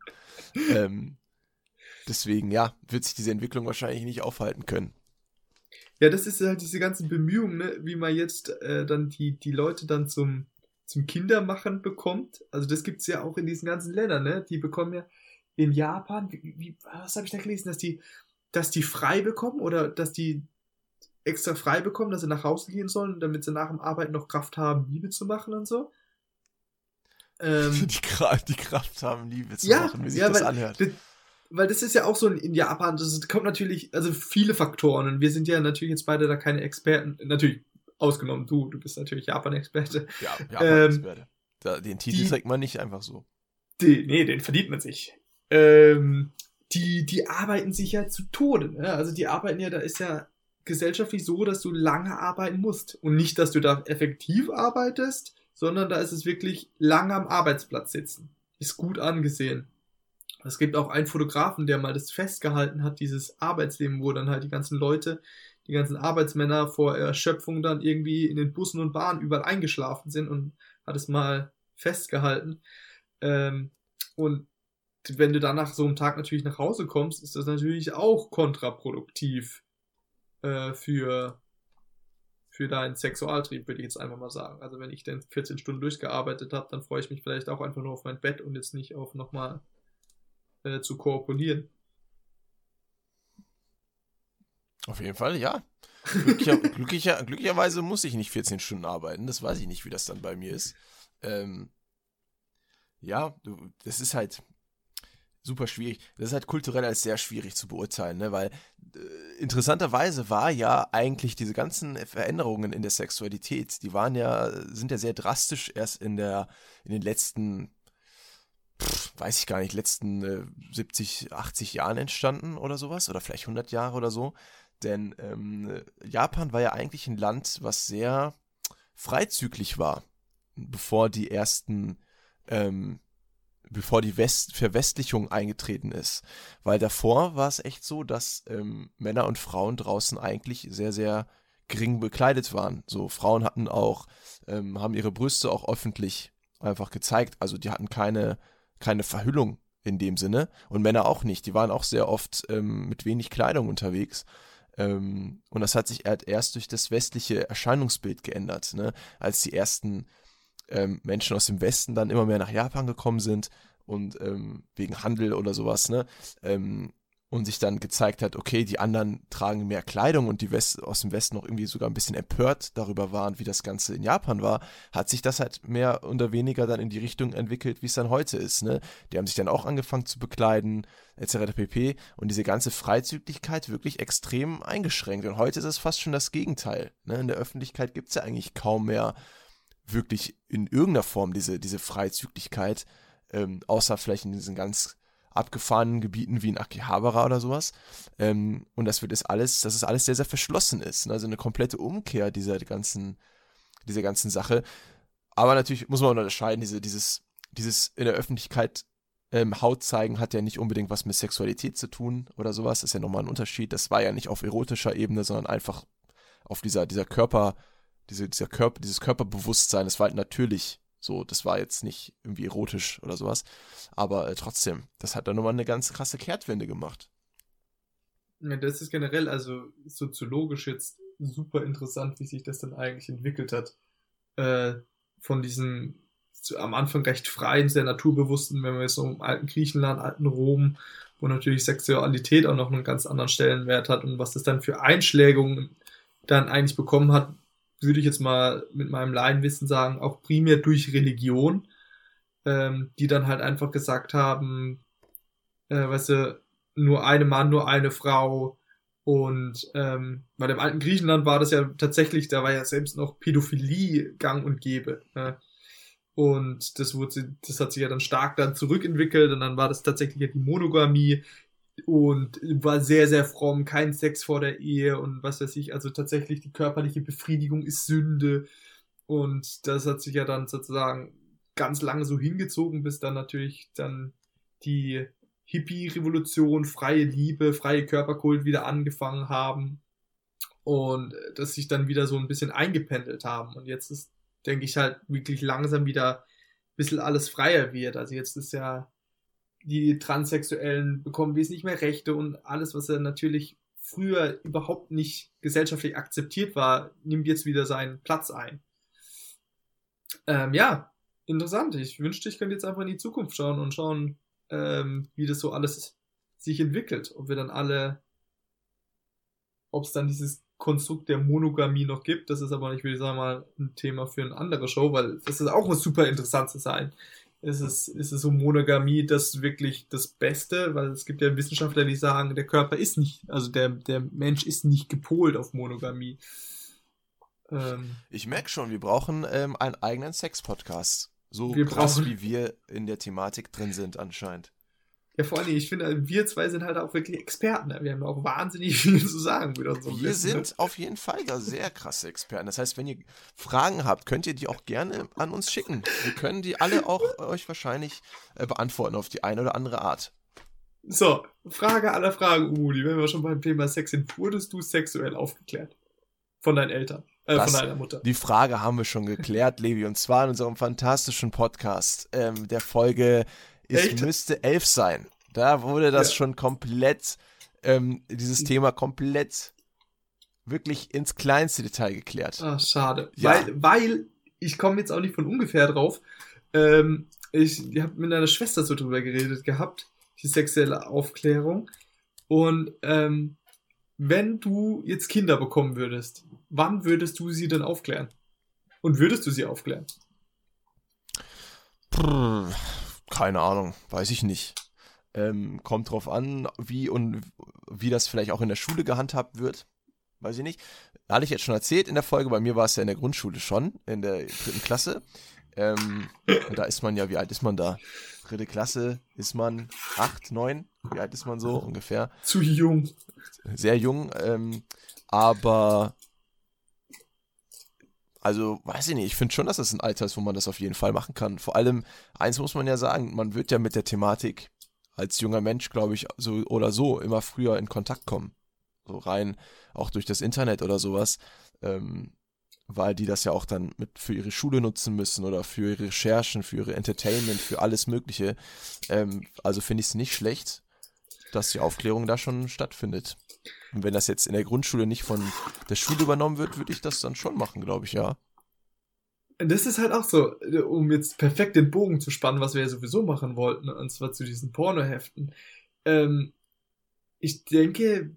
Deswegen, ja, wird sich diese Entwicklung wahrscheinlich nicht aufhalten können. Ja, das ist halt diese ganzen Bemühungen, ne, wie man jetzt dann die Leute dann zum Kindermachen bekommt. Also das gibt's ja auch in diesen ganzen Ländern, ne? Die bekommen ja in Japan, was habe ich da gelesen, dass die frei bekommen oder dass die extra frei bekommen, dass sie nach Hause gehen sollen, damit sie nach dem Arbeiten noch Kraft haben, Liebe zu machen und so. Die Kraft haben, Liebe zu machen, wie sich das anhört. Weil das ist ja auch so in Japan, das kommt natürlich, also viele Faktoren und wir sind ja natürlich jetzt beide da keine Experten, natürlich ausgenommen du bist natürlich Japan-Experte. Ja, Japan-Experte. Den Titel trägt man nicht einfach so. Nee, den verdient man sich. Die arbeiten sich ja zu Tode, ne? Also die arbeiten ja, da ist ja gesellschaftlich so, dass du lange arbeiten musst und nicht, dass du da effektiv arbeitest, sondern da ist es wirklich lange am Arbeitsplatz sitzen. Ist gut angesehen. Es gibt auch einen Fotografen, der mal das festgehalten hat, dieses Arbeitsleben, wo dann halt die ganzen Leute, die ganzen Arbeitsmänner vor Erschöpfung dann irgendwie in den Bussen und Bahnen überall eingeschlafen sind und hat es mal festgehalten. Und wenn du dann nach so einem Tag natürlich nach Hause kommst, ist das natürlich auch kontraproduktiv für deinen Sexualtrieb, würde ich jetzt einfach mal sagen. Also wenn ich dann 14 Stunden durchgearbeitet habe, dann freue ich mich vielleicht auch einfach nur auf mein Bett und jetzt nicht auf nochmal zu kooperieren. Auf jeden Fall, ja. Glücklicherweise muss ich nicht 14 Stunden arbeiten. Das weiß ich nicht, wie das dann bei mir ist. Ja, das ist halt super schwierig. Das ist halt kulturell als sehr schwierig zu beurteilen, ne? Weil interessanterweise war ja eigentlich diese ganzen Veränderungen in der Sexualität, sind ja sehr drastisch erst in den letzten, weiß ich gar nicht, letzten 70, 80 Jahren entstanden oder sowas, oder vielleicht 100 Jahre oder so. Denn Japan war ja eigentlich ein Land, was sehr freizügig war, bevor die Verwestlichung eingetreten ist. Weil davor war es echt so, dass Männer und Frauen draußen eigentlich sehr, sehr gering bekleidet waren. So, Frauen haben ihre Brüste auch öffentlich einfach gezeigt. Also die hatten keine Verhüllung in dem Sinne und Männer auch nicht. Die waren auch sehr oft mit wenig Kleidung unterwegs. Und das hat sich erst durch das westliche Erscheinungsbild geändert, ne? Als die ersten Menschen aus dem Westen dann immer mehr nach Japan gekommen sind und wegen Handel oder sowas, ne? Und sich dann gezeigt hat, okay, die anderen tragen mehr Kleidung und die aus dem Westen noch irgendwie sogar ein bisschen empört darüber waren, wie das Ganze in Japan war, hat sich das halt mehr oder weniger dann in die Richtung entwickelt, wie es dann heute ist, ne? Die haben sich dann auch angefangen zu bekleiden, etc. pp. Und diese ganze Freizügigkeit wirklich extrem eingeschränkt. Und heute ist es fast schon das Gegenteil, ne? In der Öffentlichkeit gibt es ja eigentlich kaum mehr wirklich in irgendeiner Form diese Freizügigkeit, außer vielleicht in diesen ganz abgefahrenen Gebieten wie in Akihabara oder sowas. Und dass es alles sehr, sehr verschlossen ist. Also eine komplette Umkehr dieser ganzen Sache. Aber natürlich muss man unterscheiden, dieses in der Öffentlichkeit Haut zeigen hat ja nicht unbedingt was mit Sexualität zu tun oder sowas. Das ist ja nochmal ein Unterschied. Das war ja nicht auf erotischer Ebene, sondern einfach auf dieser Körper, dieses Körperbewusstsein. Das war halt natürlich so. Das war jetzt nicht irgendwie erotisch oder sowas. Aber trotzdem, das hat dann nochmal eine ganz krasse Kehrtwende gemacht. Ja, das ist generell, also soziologisch jetzt super interessant, wie sich das dann eigentlich entwickelt hat. Von diesem am Anfang recht freien, sehr naturbewussten, wenn wir jetzt so im alten Griechenland, alten Rom, wo natürlich Sexualität auch noch einen ganz anderen Stellenwert hat und was das dann für Einschlägungen dann eigentlich bekommen hat, würde ich jetzt mal mit meinem Laienwissen sagen, auch primär durch Religion, die dann halt einfach gesagt haben, weißt du, nur eine Mann, nur eine Frau. Und bei dem alten Griechenland war das ja tatsächlich, da war ja selbst noch Pädophilie gang und gäbe. Und das hat sich ja dann stark dann zurückentwickelt und dann war das tatsächlich ja die Monogamie und war sehr, sehr fromm, kein Sex vor der Ehe und was weiß ich, also tatsächlich die körperliche Befriedigung ist Sünde und das hat sich ja dann sozusagen ganz lange so hingezogen, bis dann natürlich dann die Hippie-Revolution, freie Liebe, freie Körperkult wieder angefangen haben und dass sich dann wieder so ein bisschen eingependelt haben und jetzt ist, denke ich, halt wirklich langsam wieder ein bisschen alles freier wird. Also jetzt ist ja, die Transsexuellen bekommen wesentlich mehr Rechte und alles, was ja natürlich früher überhaupt nicht gesellschaftlich akzeptiert war, nimmt jetzt wieder seinen Platz ein. Ja, interessant. Ich wünschte, ich könnte jetzt einfach in die Zukunft schauen und schauen, wie das so alles sich entwickelt. Ob es dann dieses Konstrukt der Monogamie noch gibt. Das ist aber, ich würde sagen mal, ein Thema für eine andere Show, weil das ist auch was super Interessantes sein. Ist es so Monogamie das wirklich das Beste? Weil es gibt ja Wissenschaftler, die sagen, der Körper ist nicht, also der Mensch ist nicht gepolt auf Monogamie. Ich merke schon, wir brauchen einen eigenen Sex-Podcast. So Wir krass, brauchen- wie wir in der Thematik drin sind anscheinend. Ja, vor allem, ich finde, wir zwei sind halt auch wirklich Experten. Ne? Wir haben auch wahnsinnig viel zu sagen mit unserem Wir Wissen, sind auf jeden Fall da sehr krasse Experten. Das heißt, wenn ihr Fragen habt, könnt ihr die auch gerne an uns schicken. Wir können die alle auch euch wahrscheinlich beantworten auf die eine oder andere Art. Ne? So, Frage aller Fragen, Udi. Wenn wir schon beim Thema Sex sind, wurdest du sexuell aufgeklärt? Von deinen Eltern? Von deiner Mutter? Die Frage haben wir schon geklärt, Levi, und zwar in unserem fantastischen Podcast. Der Folge, müsste 11 sein. Da wurde das schon komplett, dieses Thema komplett wirklich ins kleinste Detail geklärt. Ach, schade. Ja. Weil ich komme jetzt auch nicht von ungefähr drauf. Ich habe mit einer Schwester so drüber geredet gehabt, die sexuelle Aufklärung. Und wenn du jetzt Kinder bekommen würdest, wann würdest du sie denn aufklären? Und würdest du sie aufklären? Keine Ahnung, weiß ich nicht. Kommt drauf an, wie das vielleicht auch in der Schule gehandhabt wird. Weiß ich nicht. Hatte ich jetzt schon erzählt in der Folge, bei mir war es ja in der Grundschule schon, in der 3. Klasse. Und da ist man ja, wie alt ist man da? 3. Klasse ist man 8, 9? Wie alt ist man so ungefähr? Zu jung. Sehr jung, aber also, weiß ich nicht, ich finde schon, dass das ein Alter ist, wo man das auf jeden Fall machen kann. Vor allem, eins muss man ja sagen, man wird ja mit der Thematik als junger Mensch, glaube ich, so oder so immer früher in Kontakt kommen. So rein, auch durch das Internet oder sowas, weil die das ja auch dann für ihre Schule nutzen müssen oder für ihre Recherchen, für ihre Entertainment, für alles Mögliche. Also finde ich es nicht schlecht, dass die Aufklärung da schon stattfindet. Und wenn das jetzt in der Grundschule nicht von der Schule übernommen wird, würde ich das dann schon machen, glaube ich, ja. Das ist halt auch so, um jetzt perfekt den Bogen zu spannen, was wir ja sowieso machen wollten, und zwar zu diesen Pornoheften. Ich denke,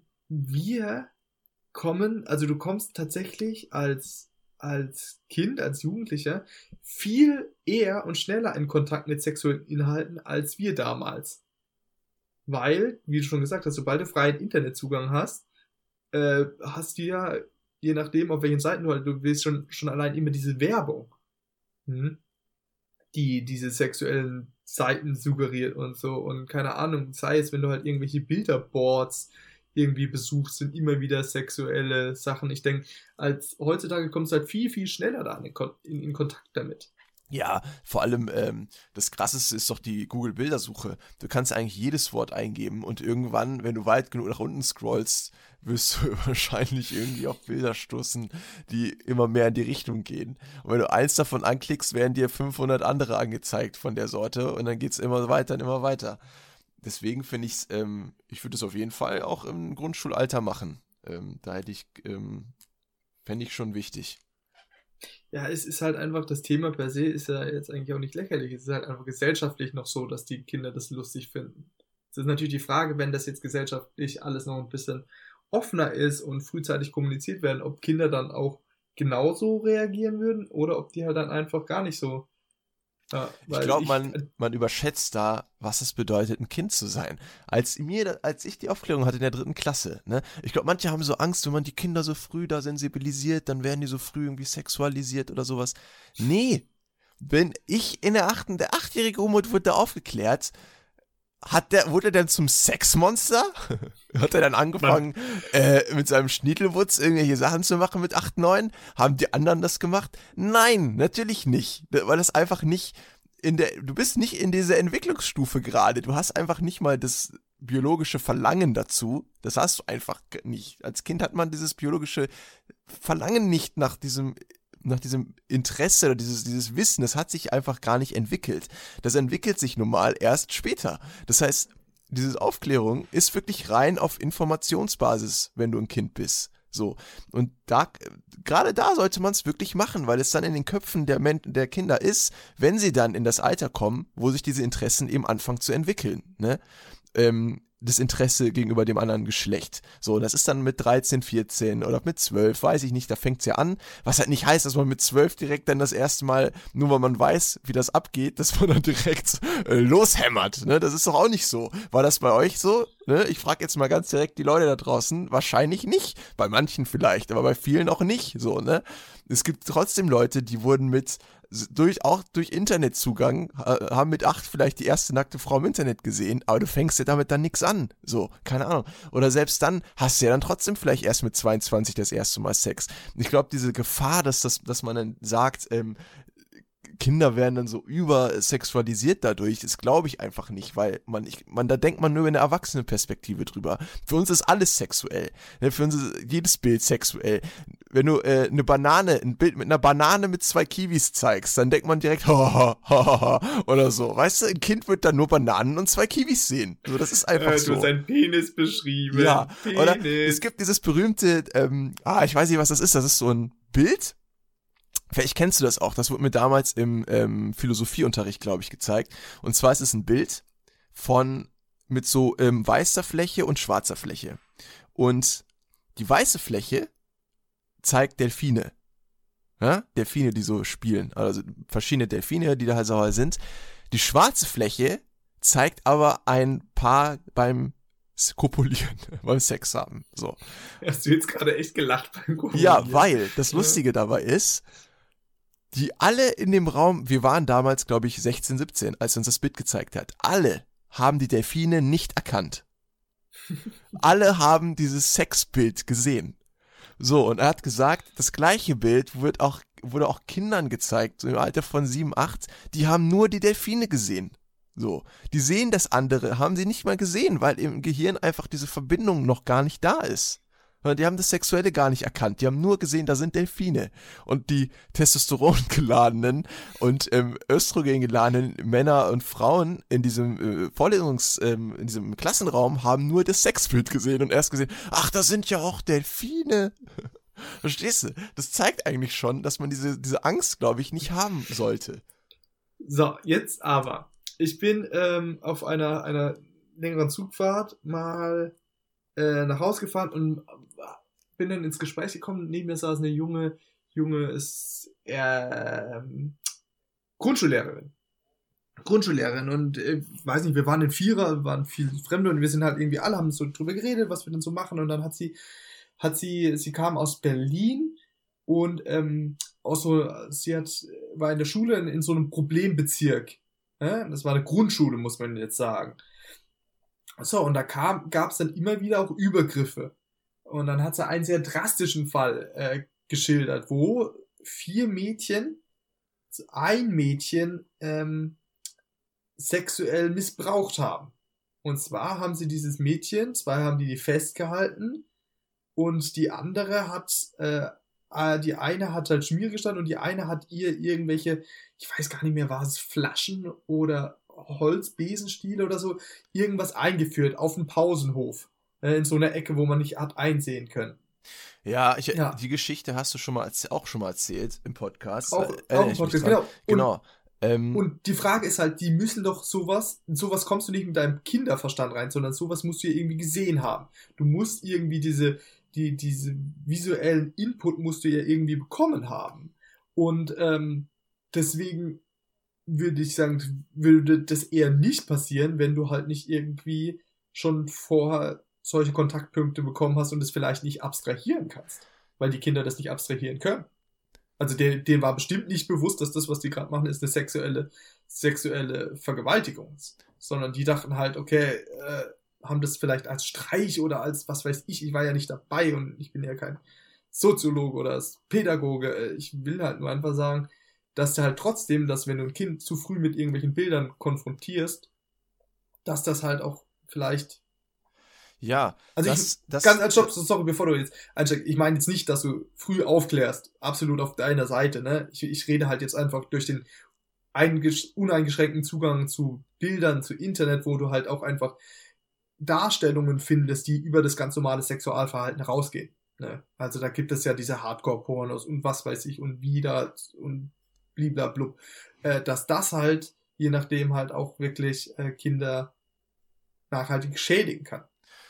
du kommst tatsächlich als Kind, als Jugendlicher viel eher und schneller in Kontakt mit sexuellen Inhalten als wir damals. Weil, wie du schon gesagt hast, sobald du freien Internetzugang hast, hast du ja, je nachdem, auf welchen Seiten du willst, schon allein immer diese Werbung. die diese sexuellen Seiten suggeriert und so. Und keine Ahnung, sei es, wenn du halt irgendwelche Bilderboards irgendwie besuchst, sind immer wieder sexuelle Sachen. Ich denke, als heutzutage kommst du halt viel, viel schneller da in Kontakt damit. Ja, vor allem das Krasseste ist doch die Google-Bildersuche. Du kannst eigentlich jedes Wort eingeben und irgendwann, wenn du weit genug nach unten scrollst, wirst du wahrscheinlich irgendwie auf Bilder stoßen, die immer mehr in die Richtung gehen. Und wenn du eins davon anklickst, werden dir 500 andere angezeigt von der Sorte und dann geht's immer weiter und immer weiter. Deswegen finde ich würde es auf jeden Fall auch im Grundschulalter machen. Fände ich schon wichtig. Ja, es ist halt einfach, das Thema per se ist ja jetzt eigentlich auch nicht lächerlich. Es ist halt einfach gesellschaftlich noch so, dass die Kinder das lustig finden. Es ist natürlich die Frage, wenn das jetzt gesellschaftlich alles noch ein bisschen offener ist und frühzeitig kommuniziert werden, ob Kinder dann auch genauso reagieren würden oder ob die halt dann einfach gar nicht so. Ja, Ich glaube, man überschätzt da, was es bedeutet, ein Kind zu sein. Als ich die Aufklärung hatte in der 3. Klasse, ne? Ich glaube, manche haben so Angst, wenn man die Kinder so früh da sensibilisiert, dann werden die so früh irgendwie sexualisiert oder sowas. Nee, wenn ich der 8-jährige Umut wurde da aufgeklärt, wurde er dann zum Sexmonster? Hat er dann angefangen, mit seinem Schniedelwutz irgendwelche Sachen zu machen mit 8, 9? Haben die anderen das gemacht? Nein, natürlich nicht. Weil das einfach nicht du bist nicht in dieser Entwicklungsstufe gerade. Du hast einfach nicht mal das biologische Verlangen dazu. Das hast du einfach nicht. Als Kind hat man dieses biologische Verlangen nicht nach diesem Interesse oder dieses Wissen, das hat sich einfach gar nicht entwickelt. Das entwickelt sich nun mal erst später. Das heißt, diese Aufklärung ist wirklich rein auf Informationsbasis, wenn du ein Kind bist. So. Und gerade da sollte man es wirklich machen, weil es dann in den Köpfen der Kinder ist, wenn sie dann in das Alter kommen, wo sich diese Interessen eben anfangen zu entwickeln. Ne? Das Interesse gegenüber dem anderen Geschlecht. So, das ist dann mit 13, 14 oder mit 12, weiß ich nicht, da fängt es ja an. Was halt nicht heißt, dass man mit 12 direkt dann das erste Mal, nur weil man weiß, wie das abgeht, dass man dann direkt loshämmert. Ne? Das ist doch auch nicht so. War das bei euch so? Ne? Ich frage jetzt mal ganz direkt die Leute da draußen. Wahrscheinlich nicht. Bei manchen vielleicht, aber bei vielen auch nicht. So, ne? Es gibt trotzdem Leute, die wurden auch durch Internetzugang, haben mit 8 vielleicht die erste nackte Frau im Internet gesehen, aber du fängst ja damit dann nichts an. So, keine Ahnung. Oder selbst dann hast du ja dann trotzdem vielleicht erst mit 22 das erste Mal Sex. Ich glaube, diese Gefahr, dass man dann sagt, Kinder werden dann so übersexualisiert dadurch, das glaube ich einfach nicht, weil da denkt man nur in der Erwachsenenperspektive drüber. Für uns ist alles sexuell. Ne? Für uns ist jedes Bild sexuell. Wenn du ein Bild mit einer Banane mit 2 Kiwis zeigst, dann denkt man direkt, oder so. Weißt du, ein Kind wird dann nur Bananen und 2 Kiwis sehen. So, das ist einfach so. Du hast einen Penis beschrieben. Ja, Penis. Oder es gibt dieses berühmte, ich weiß nicht, was das ist so ein Bild. Vielleicht kennst du das auch, das wurde mir damals im Philosophieunterricht, glaube ich, gezeigt. Und zwar ist es ein Bild mit so weißer Fläche und schwarzer Fläche. Und die weiße Fläche zeigt Delfine. Ja? Delfine, die so spielen. Also verschiedene Delfine, die da halt sauer sind. Die schwarze Fläche zeigt aber ein Paar beim Kopulieren, beim Sex haben. So. Hast du jetzt gerade echt gelacht beim Kopulieren? Ja, weil das Lustige dabei ist, die alle in dem Raum, wir waren damals, glaube ich, 16, 17, als er uns das Bild gezeigt hat, alle haben die Delfine nicht erkannt. Alle haben dieses Sexbild gesehen. So, und er hat gesagt, das gleiche Bild wurde auch Kindern gezeigt, so im Alter von 7, 8, die haben nur die Delfine gesehen. So, die sehen das andere, haben sie nicht mal gesehen, weil im Gehirn einfach diese Verbindung noch gar nicht da ist. Die haben das Sexuelle gar nicht erkannt. Die haben nur gesehen, da sind Delfine. Und die testosterongeladenen und östrogengeladenen Männer und Frauen in diesem in diesem Klassenraum haben nur das Sexbild gesehen und erst gesehen, ach, da sind ja auch Delfine. Verstehst du? Das zeigt eigentlich schon, dass man diese Angst, glaube ich, nicht haben sollte. So, jetzt aber. Ich bin auf einer längeren Zugfahrt mal nach Hause gefahren und bin dann ins Gespräch gekommen. Neben mir saß eine junge ist Grundschullehrerin und weiß nicht, wir waren in Vierer, waren viele Fremde und wir sind halt irgendwie alle, haben so drüber geredet, was wir denn so machen und dann sie kam aus Berlin und war in der Schule in so einem Problembezirk. Das war eine Grundschule, muss man jetzt sagen. So, und da gab es dann immer wieder auch Übergriffe. Und dann hat sie einen sehr drastischen Fall geschildert, wo 4 Mädchen, ein Mädchen sexuell missbraucht haben. Und zwar haben sie dieses Mädchen, 2 haben die festgehalten und die andere die eine hat halt Schmier gestanden und die eine hat ihr irgendwelche, ich weiß gar nicht mehr, war es Flaschen oder Holzbesenstiele oder so, irgendwas eingeführt auf dem Pausenhof. In so einer Ecke, wo man nicht hat einsehen können. Ja, die Geschichte hast du auch schon mal erzählt im Podcast. Auch im Podcast, genau. Genau. Und die Frage ist halt, die müssen doch sowas kommst du nicht mit deinem Kinderverstand rein, sondern sowas musst du ja irgendwie gesehen haben. Du musst irgendwie diese visuellen Input musst du ja irgendwie bekommen haben. Und deswegen würde ich sagen, würde das eher nicht passieren, wenn du halt nicht irgendwie schon vorher solche Kontaktpunkte bekommen hast und es vielleicht nicht abstrahieren kannst, weil die Kinder das nicht abstrahieren können. Also denen war bestimmt nicht bewusst, dass das, was die gerade machen, ist eine sexuelle Vergewaltigung. Sondern die dachten halt, okay, haben das vielleicht als Streich oder als, was weiß ich war ja nicht dabei und ich bin ja kein Soziologe oder Pädagoge. Ich will halt nur einfach sagen, dass du halt trotzdem, dass wenn du ein Kind zu früh mit irgendwelchen Bildern konfrontierst, dass das halt auch vielleicht... Ja, also sorry, bevor du jetzt einsteigst, ich meine jetzt nicht, dass du früh aufklärst, absolut auf deiner Seite, ne? Ich rede halt jetzt einfach durch den uneingeschränkten Zugang zu Bildern, zu Internet, wo du halt auch einfach Darstellungen findest, die über das ganz normale Sexualverhalten rausgehen, ne? Also da gibt es ja diese Hardcore-Pornos und was weiß ich und wieder und bliblablub, dass das halt, je nachdem halt auch wirklich Kinder nachhaltig schädigen kann.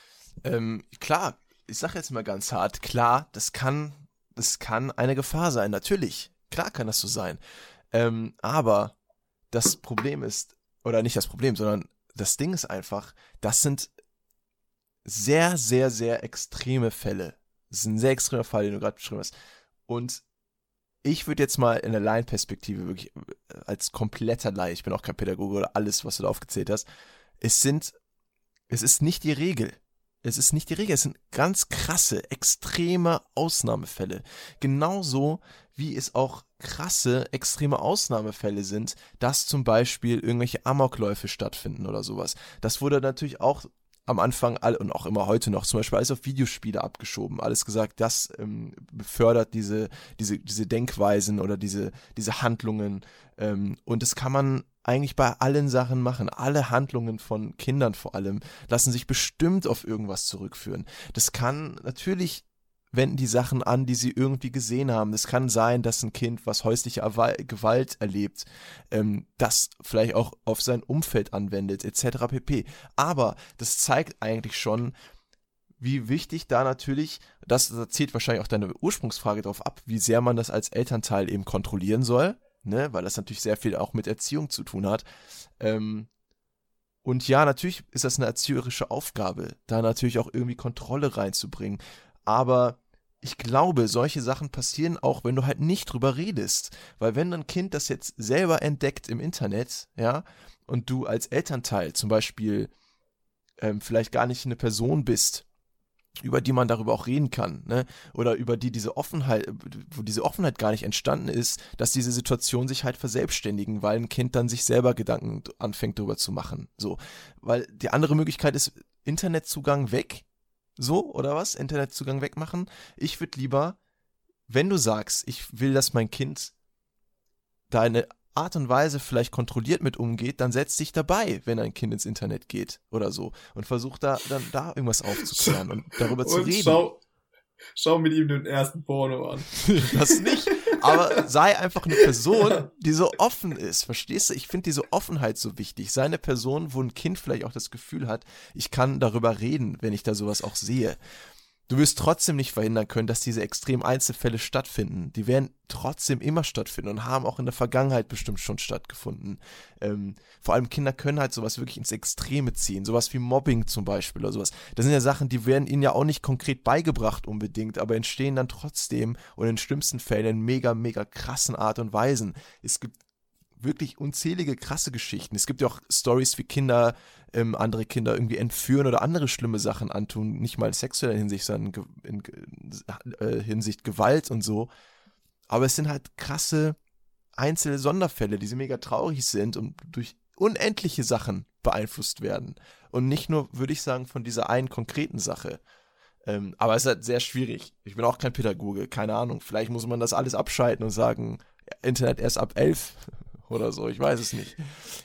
Klar, ich sag jetzt mal ganz hart, klar, das kann eine Gefahr sein, natürlich, klar kann das so sein, aber das Problem ist, oder nicht das Problem, sondern das Ding ist einfach, das sind sehr, sehr, sehr extreme Fälle. Das ist ein sehr extremer Fall, den du gerade beschrieben hast. Und ich würde jetzt mal in der Laienperspektive wirklich als kompletter Laie, ich bin auch kein Pädagoge oder alles, was du da aufgezählt hast, es ist nicht die Regel. Es sind ganz krasse, extreme Ausnahmefälle. Genauso wie es auch krasse, extreme Ausnahmefälle sind, dass zum Beispiel irgendwelche Amokläufe stattfinden oder sowas. Das wurde natürlich auch am Anfang und auch immer heute noch zum Beispiel alles auf Videospiele abgeschoben. Alles gesagt, das befördert diese Denkweisen oder diese Handlungen. Und das kann man eigentlich bei allen Sachen machen. Alle Handlungen von Kindern vor allem lassen sich bestimmt auf irgendwas zurückführen. Das kann natürlich wenden die Sachen an, die sie irgendwie gesehen haben. Es kann sein, dass ein Kind, was häusliche Gewalt erlebt, das vielleicht auch auf sein Umfeld anwendet, etc. pp. Aber das zeigt eigentlich schon, wie wichtig da natürlich, da zielt wahrscheinlich auch deine Ursprungsfrage drauf ab, wie sehr man das als Elternteil eben kontrollieren soll, ne? Weil das natürlich sehr viel auch mit Erziehung zu tun hat. Und ja, natürlich ist das eine erzieherische Aufgabe, da natürlich auch irgendwie Kontrolle reinzubringen. Aber ich glaube, solche Sachen passieren auch, wenn du halt nicht drüber redest. Weil wenn ein Kind das jetzt selber entdeckt im Internet, ja, und du als Elternteil zum Beispiel vielleicht gar nicht eine Person bist, über die man darüber auch reden kann, ne? Oder über die wo diese Offenheit gar nicht entstanden ist, dass diese Situation sich halt verselbstständigen, weil ein Kind dann sich selber Gedanken anfängt darüber zu machen. So, weil die andere Möglichkeit ist Internetzugang weg. So, oder was? Internetzugang wegmachen. Ich würde lieber, wenn du sagst, ich will, dass mein Kind da eine Art und Weise vielleicht kontrolliert mit umgeht, dann setz dich dabei, wenn ein Kind ins Internet geht oder so und versuch da irgendwas aufzuklären und darüber zu reden. Schau mit ihm den ersten Porno an. Das nicht, aber sei einfach eine Person, die so offen ist, verstehst du? Ich finde diese Offenheit so wichtig. Sei eine Person, wo ein Kind vielleicht auch das Gefühl hat, ich kann darüber reden, wenn ich da sowas auch sehe. du wirst trotzdem nicht verhindern können, dass diese extremen Einzelfälle stattfinden. Die werden trotzdem immer stattfinden und haben auch in der Vergangenheit bestimmt schon stattgefunden. Vor allem Kinder können halt sowas wirklich ins Extreme ziehen, sowas wie Mobbing zum Beispiel oder sowas. Das sind ja Sachen, die werden ihnen ja auch nicht konkret beigebracht unbedingt, aber entstehen dann trotzdem und in schlimmsten Fällen in mega, mega krassen Art und Weisen. Es gibt wirklich unzählige krasse Geschichten. Es gibt ja auch Stories, wie Kinder andere Kinder irgendwie entführen oder andere schlimme Sachen antun, nicht mal in sexueller Hinsicht, sondern in Hinsicht Gewalt und so. Aber es sind halt krasse einzelne Sonderfälle, die mega traurig sind und durch unendliche Sachen beeinflusst werden. Und nicht nur, würde ich sagen, von dieser einen konkreten Sache. Aber es ist halt sehr schwierig. Ich bin auch kein Pädagoge, keine Ahnung. Vielleicht muss man das alles abschalten und sagen, Internet erst ab 11 oder so, ich weiß es nicht.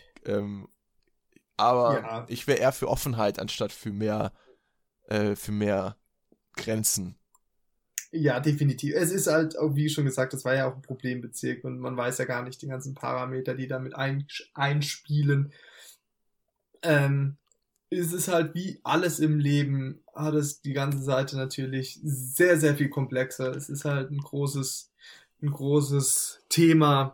Aber ich wäre eher für Offenheit anstatt für mehr Grenzen. Ja, definitiv. Es ist halt, auch wie schon gesagt, das war ja auch ein Problembezirk und man weiß ja gar nicht die ganzen Parameter, die damit einspielen. Es ist halt wie alles im Leben, hat es die ganze Seite natürlich sehr, sehr viel komplexer. Es ist halt ein großes Thema.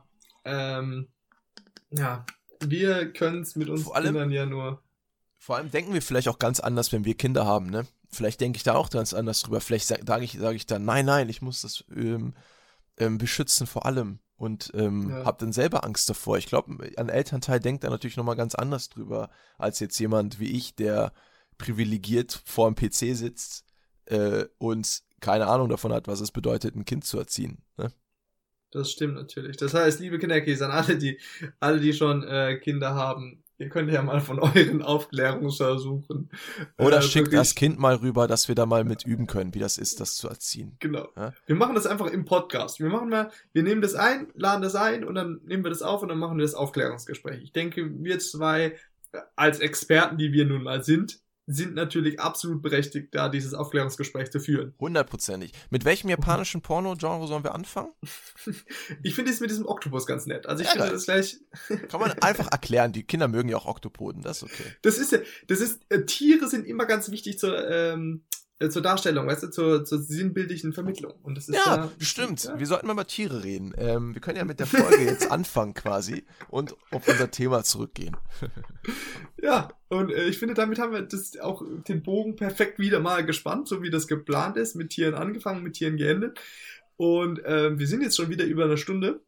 Ja, wir können es mit uns Kindern ja nur. Vor allem denken wir vielleicht auch ganz anders, wenn wir Kinder haben, ne? Vielleicht denke ich da auch ganz anders drüber. Vielleicht sage ich dann, nein, ich muss das beschützen vor allem und habe dann selber Angst davor. Ich glaube, ein Elternteil denkt da natürlich nochmal ganz anders drüber, als jetzt jemand wie ich, der privilegiert vor dem PC sitzt und keine Ahnung davon hat, was es bedeutet, ein Kind zu erziehen, ne? Das stimmt natürlich. Das heißt, liebe Kinderkis, an alle, die schon Kinder haben, ihr könnt ja mal von euren Aufklärungsversuchen. Oder schickt das Kind mal rüber, dass wir da mal mit üben können, wie das ist, das zu erziehen. Genau. Ja? Wir machen das einfach im Podcast. Wir nehmen das ein, laden das ein und dann nehmen wir das auf und dann machen wir das Aufklärungsgespräch. Ich denke, wir zwei als Experten, die wir nun mal sind natürlich absolut berechtigt, da dieses Aufklärungsgespräch zu führen. 100%. Mit welchem japanischen Porno-Genre sollen wir anfangen? Ich finde es mit diesem Oktopus ganz nett. Also ich finde das gleich... Kann man einfach erklären, die Kinder mögen ja auch Oktopoden, das ist okay. Tiere sind immer ganz wichtig zur Darstellung, weißt du, zur sinnbildlichen Vermittlung. Und das ist stimmt. Ja? Wir sollten mal über Tiere reden. Wir können ja mit der Folge jetzt anfangen quasi und auf unser Thema zurückgehen. Ja, und ich finde, damit haben wir das auch den Bogen perfekt wieder mal gespannt, so wie das geplant ist, mit Tieren angefangen, mit Tieren geendet. Und wir sind jetzt schon wieder über eine Stunde.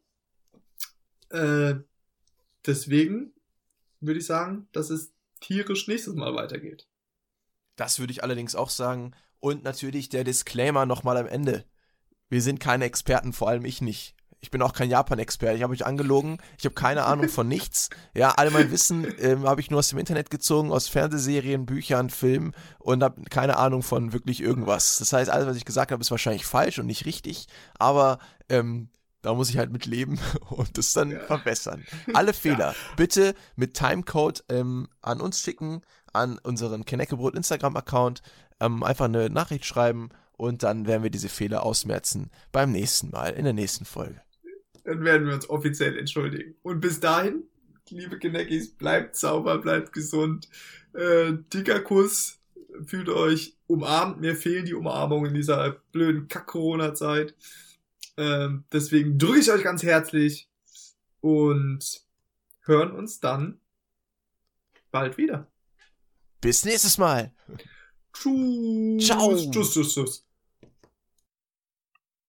Deswegen würde ich sagen, dass es tierisch nächstes Mal weitergeht. Das würde ich allerdings auch sagen. Und natürlich der Disclaimer nochmal am Ende. Wir sind keine Experten, vor allem ich nicht. Ich bin auch kein Japan-Experte. Ich habe euch angelogen. Ich habe keine Ahnung von nichts. Ja, all mein Wissen habe ich nur aus dem Internet gezogen, aus Fernsehserien, Büchern, Filmen und habe keine Ahnung von wirklich irgendwas. Das heißt, alles, was ich gesagt habe, ist wahrscheinlich falsch und nicht richtig. Aber da muss ich halt mit leben und das dann verbessern. Alle Fehler bitte mit Timecode an uns schicken, an unseren Knäckebrot Instagram-Account, einfach eine Nachricht schreiben und dann werden wir diese Fehler ausmerzen beim nächsten Mal, in der nächsten Folge. Dann werden wir uns offiziell entschuldigen. Und bis dahin, liebe Kneckis, bleibt sauber, bleibt gesund. Dicker Kuss, fühlt euch umarmt. Mir fehlen die Umarmungen in dieser blöden Kack-Corona-Zeit. Deswegen drücke ich euch ganz herzlich und hören uns dann bald wieder. Bis nächstes Mal. Tschüss. Ciao. Tschüss.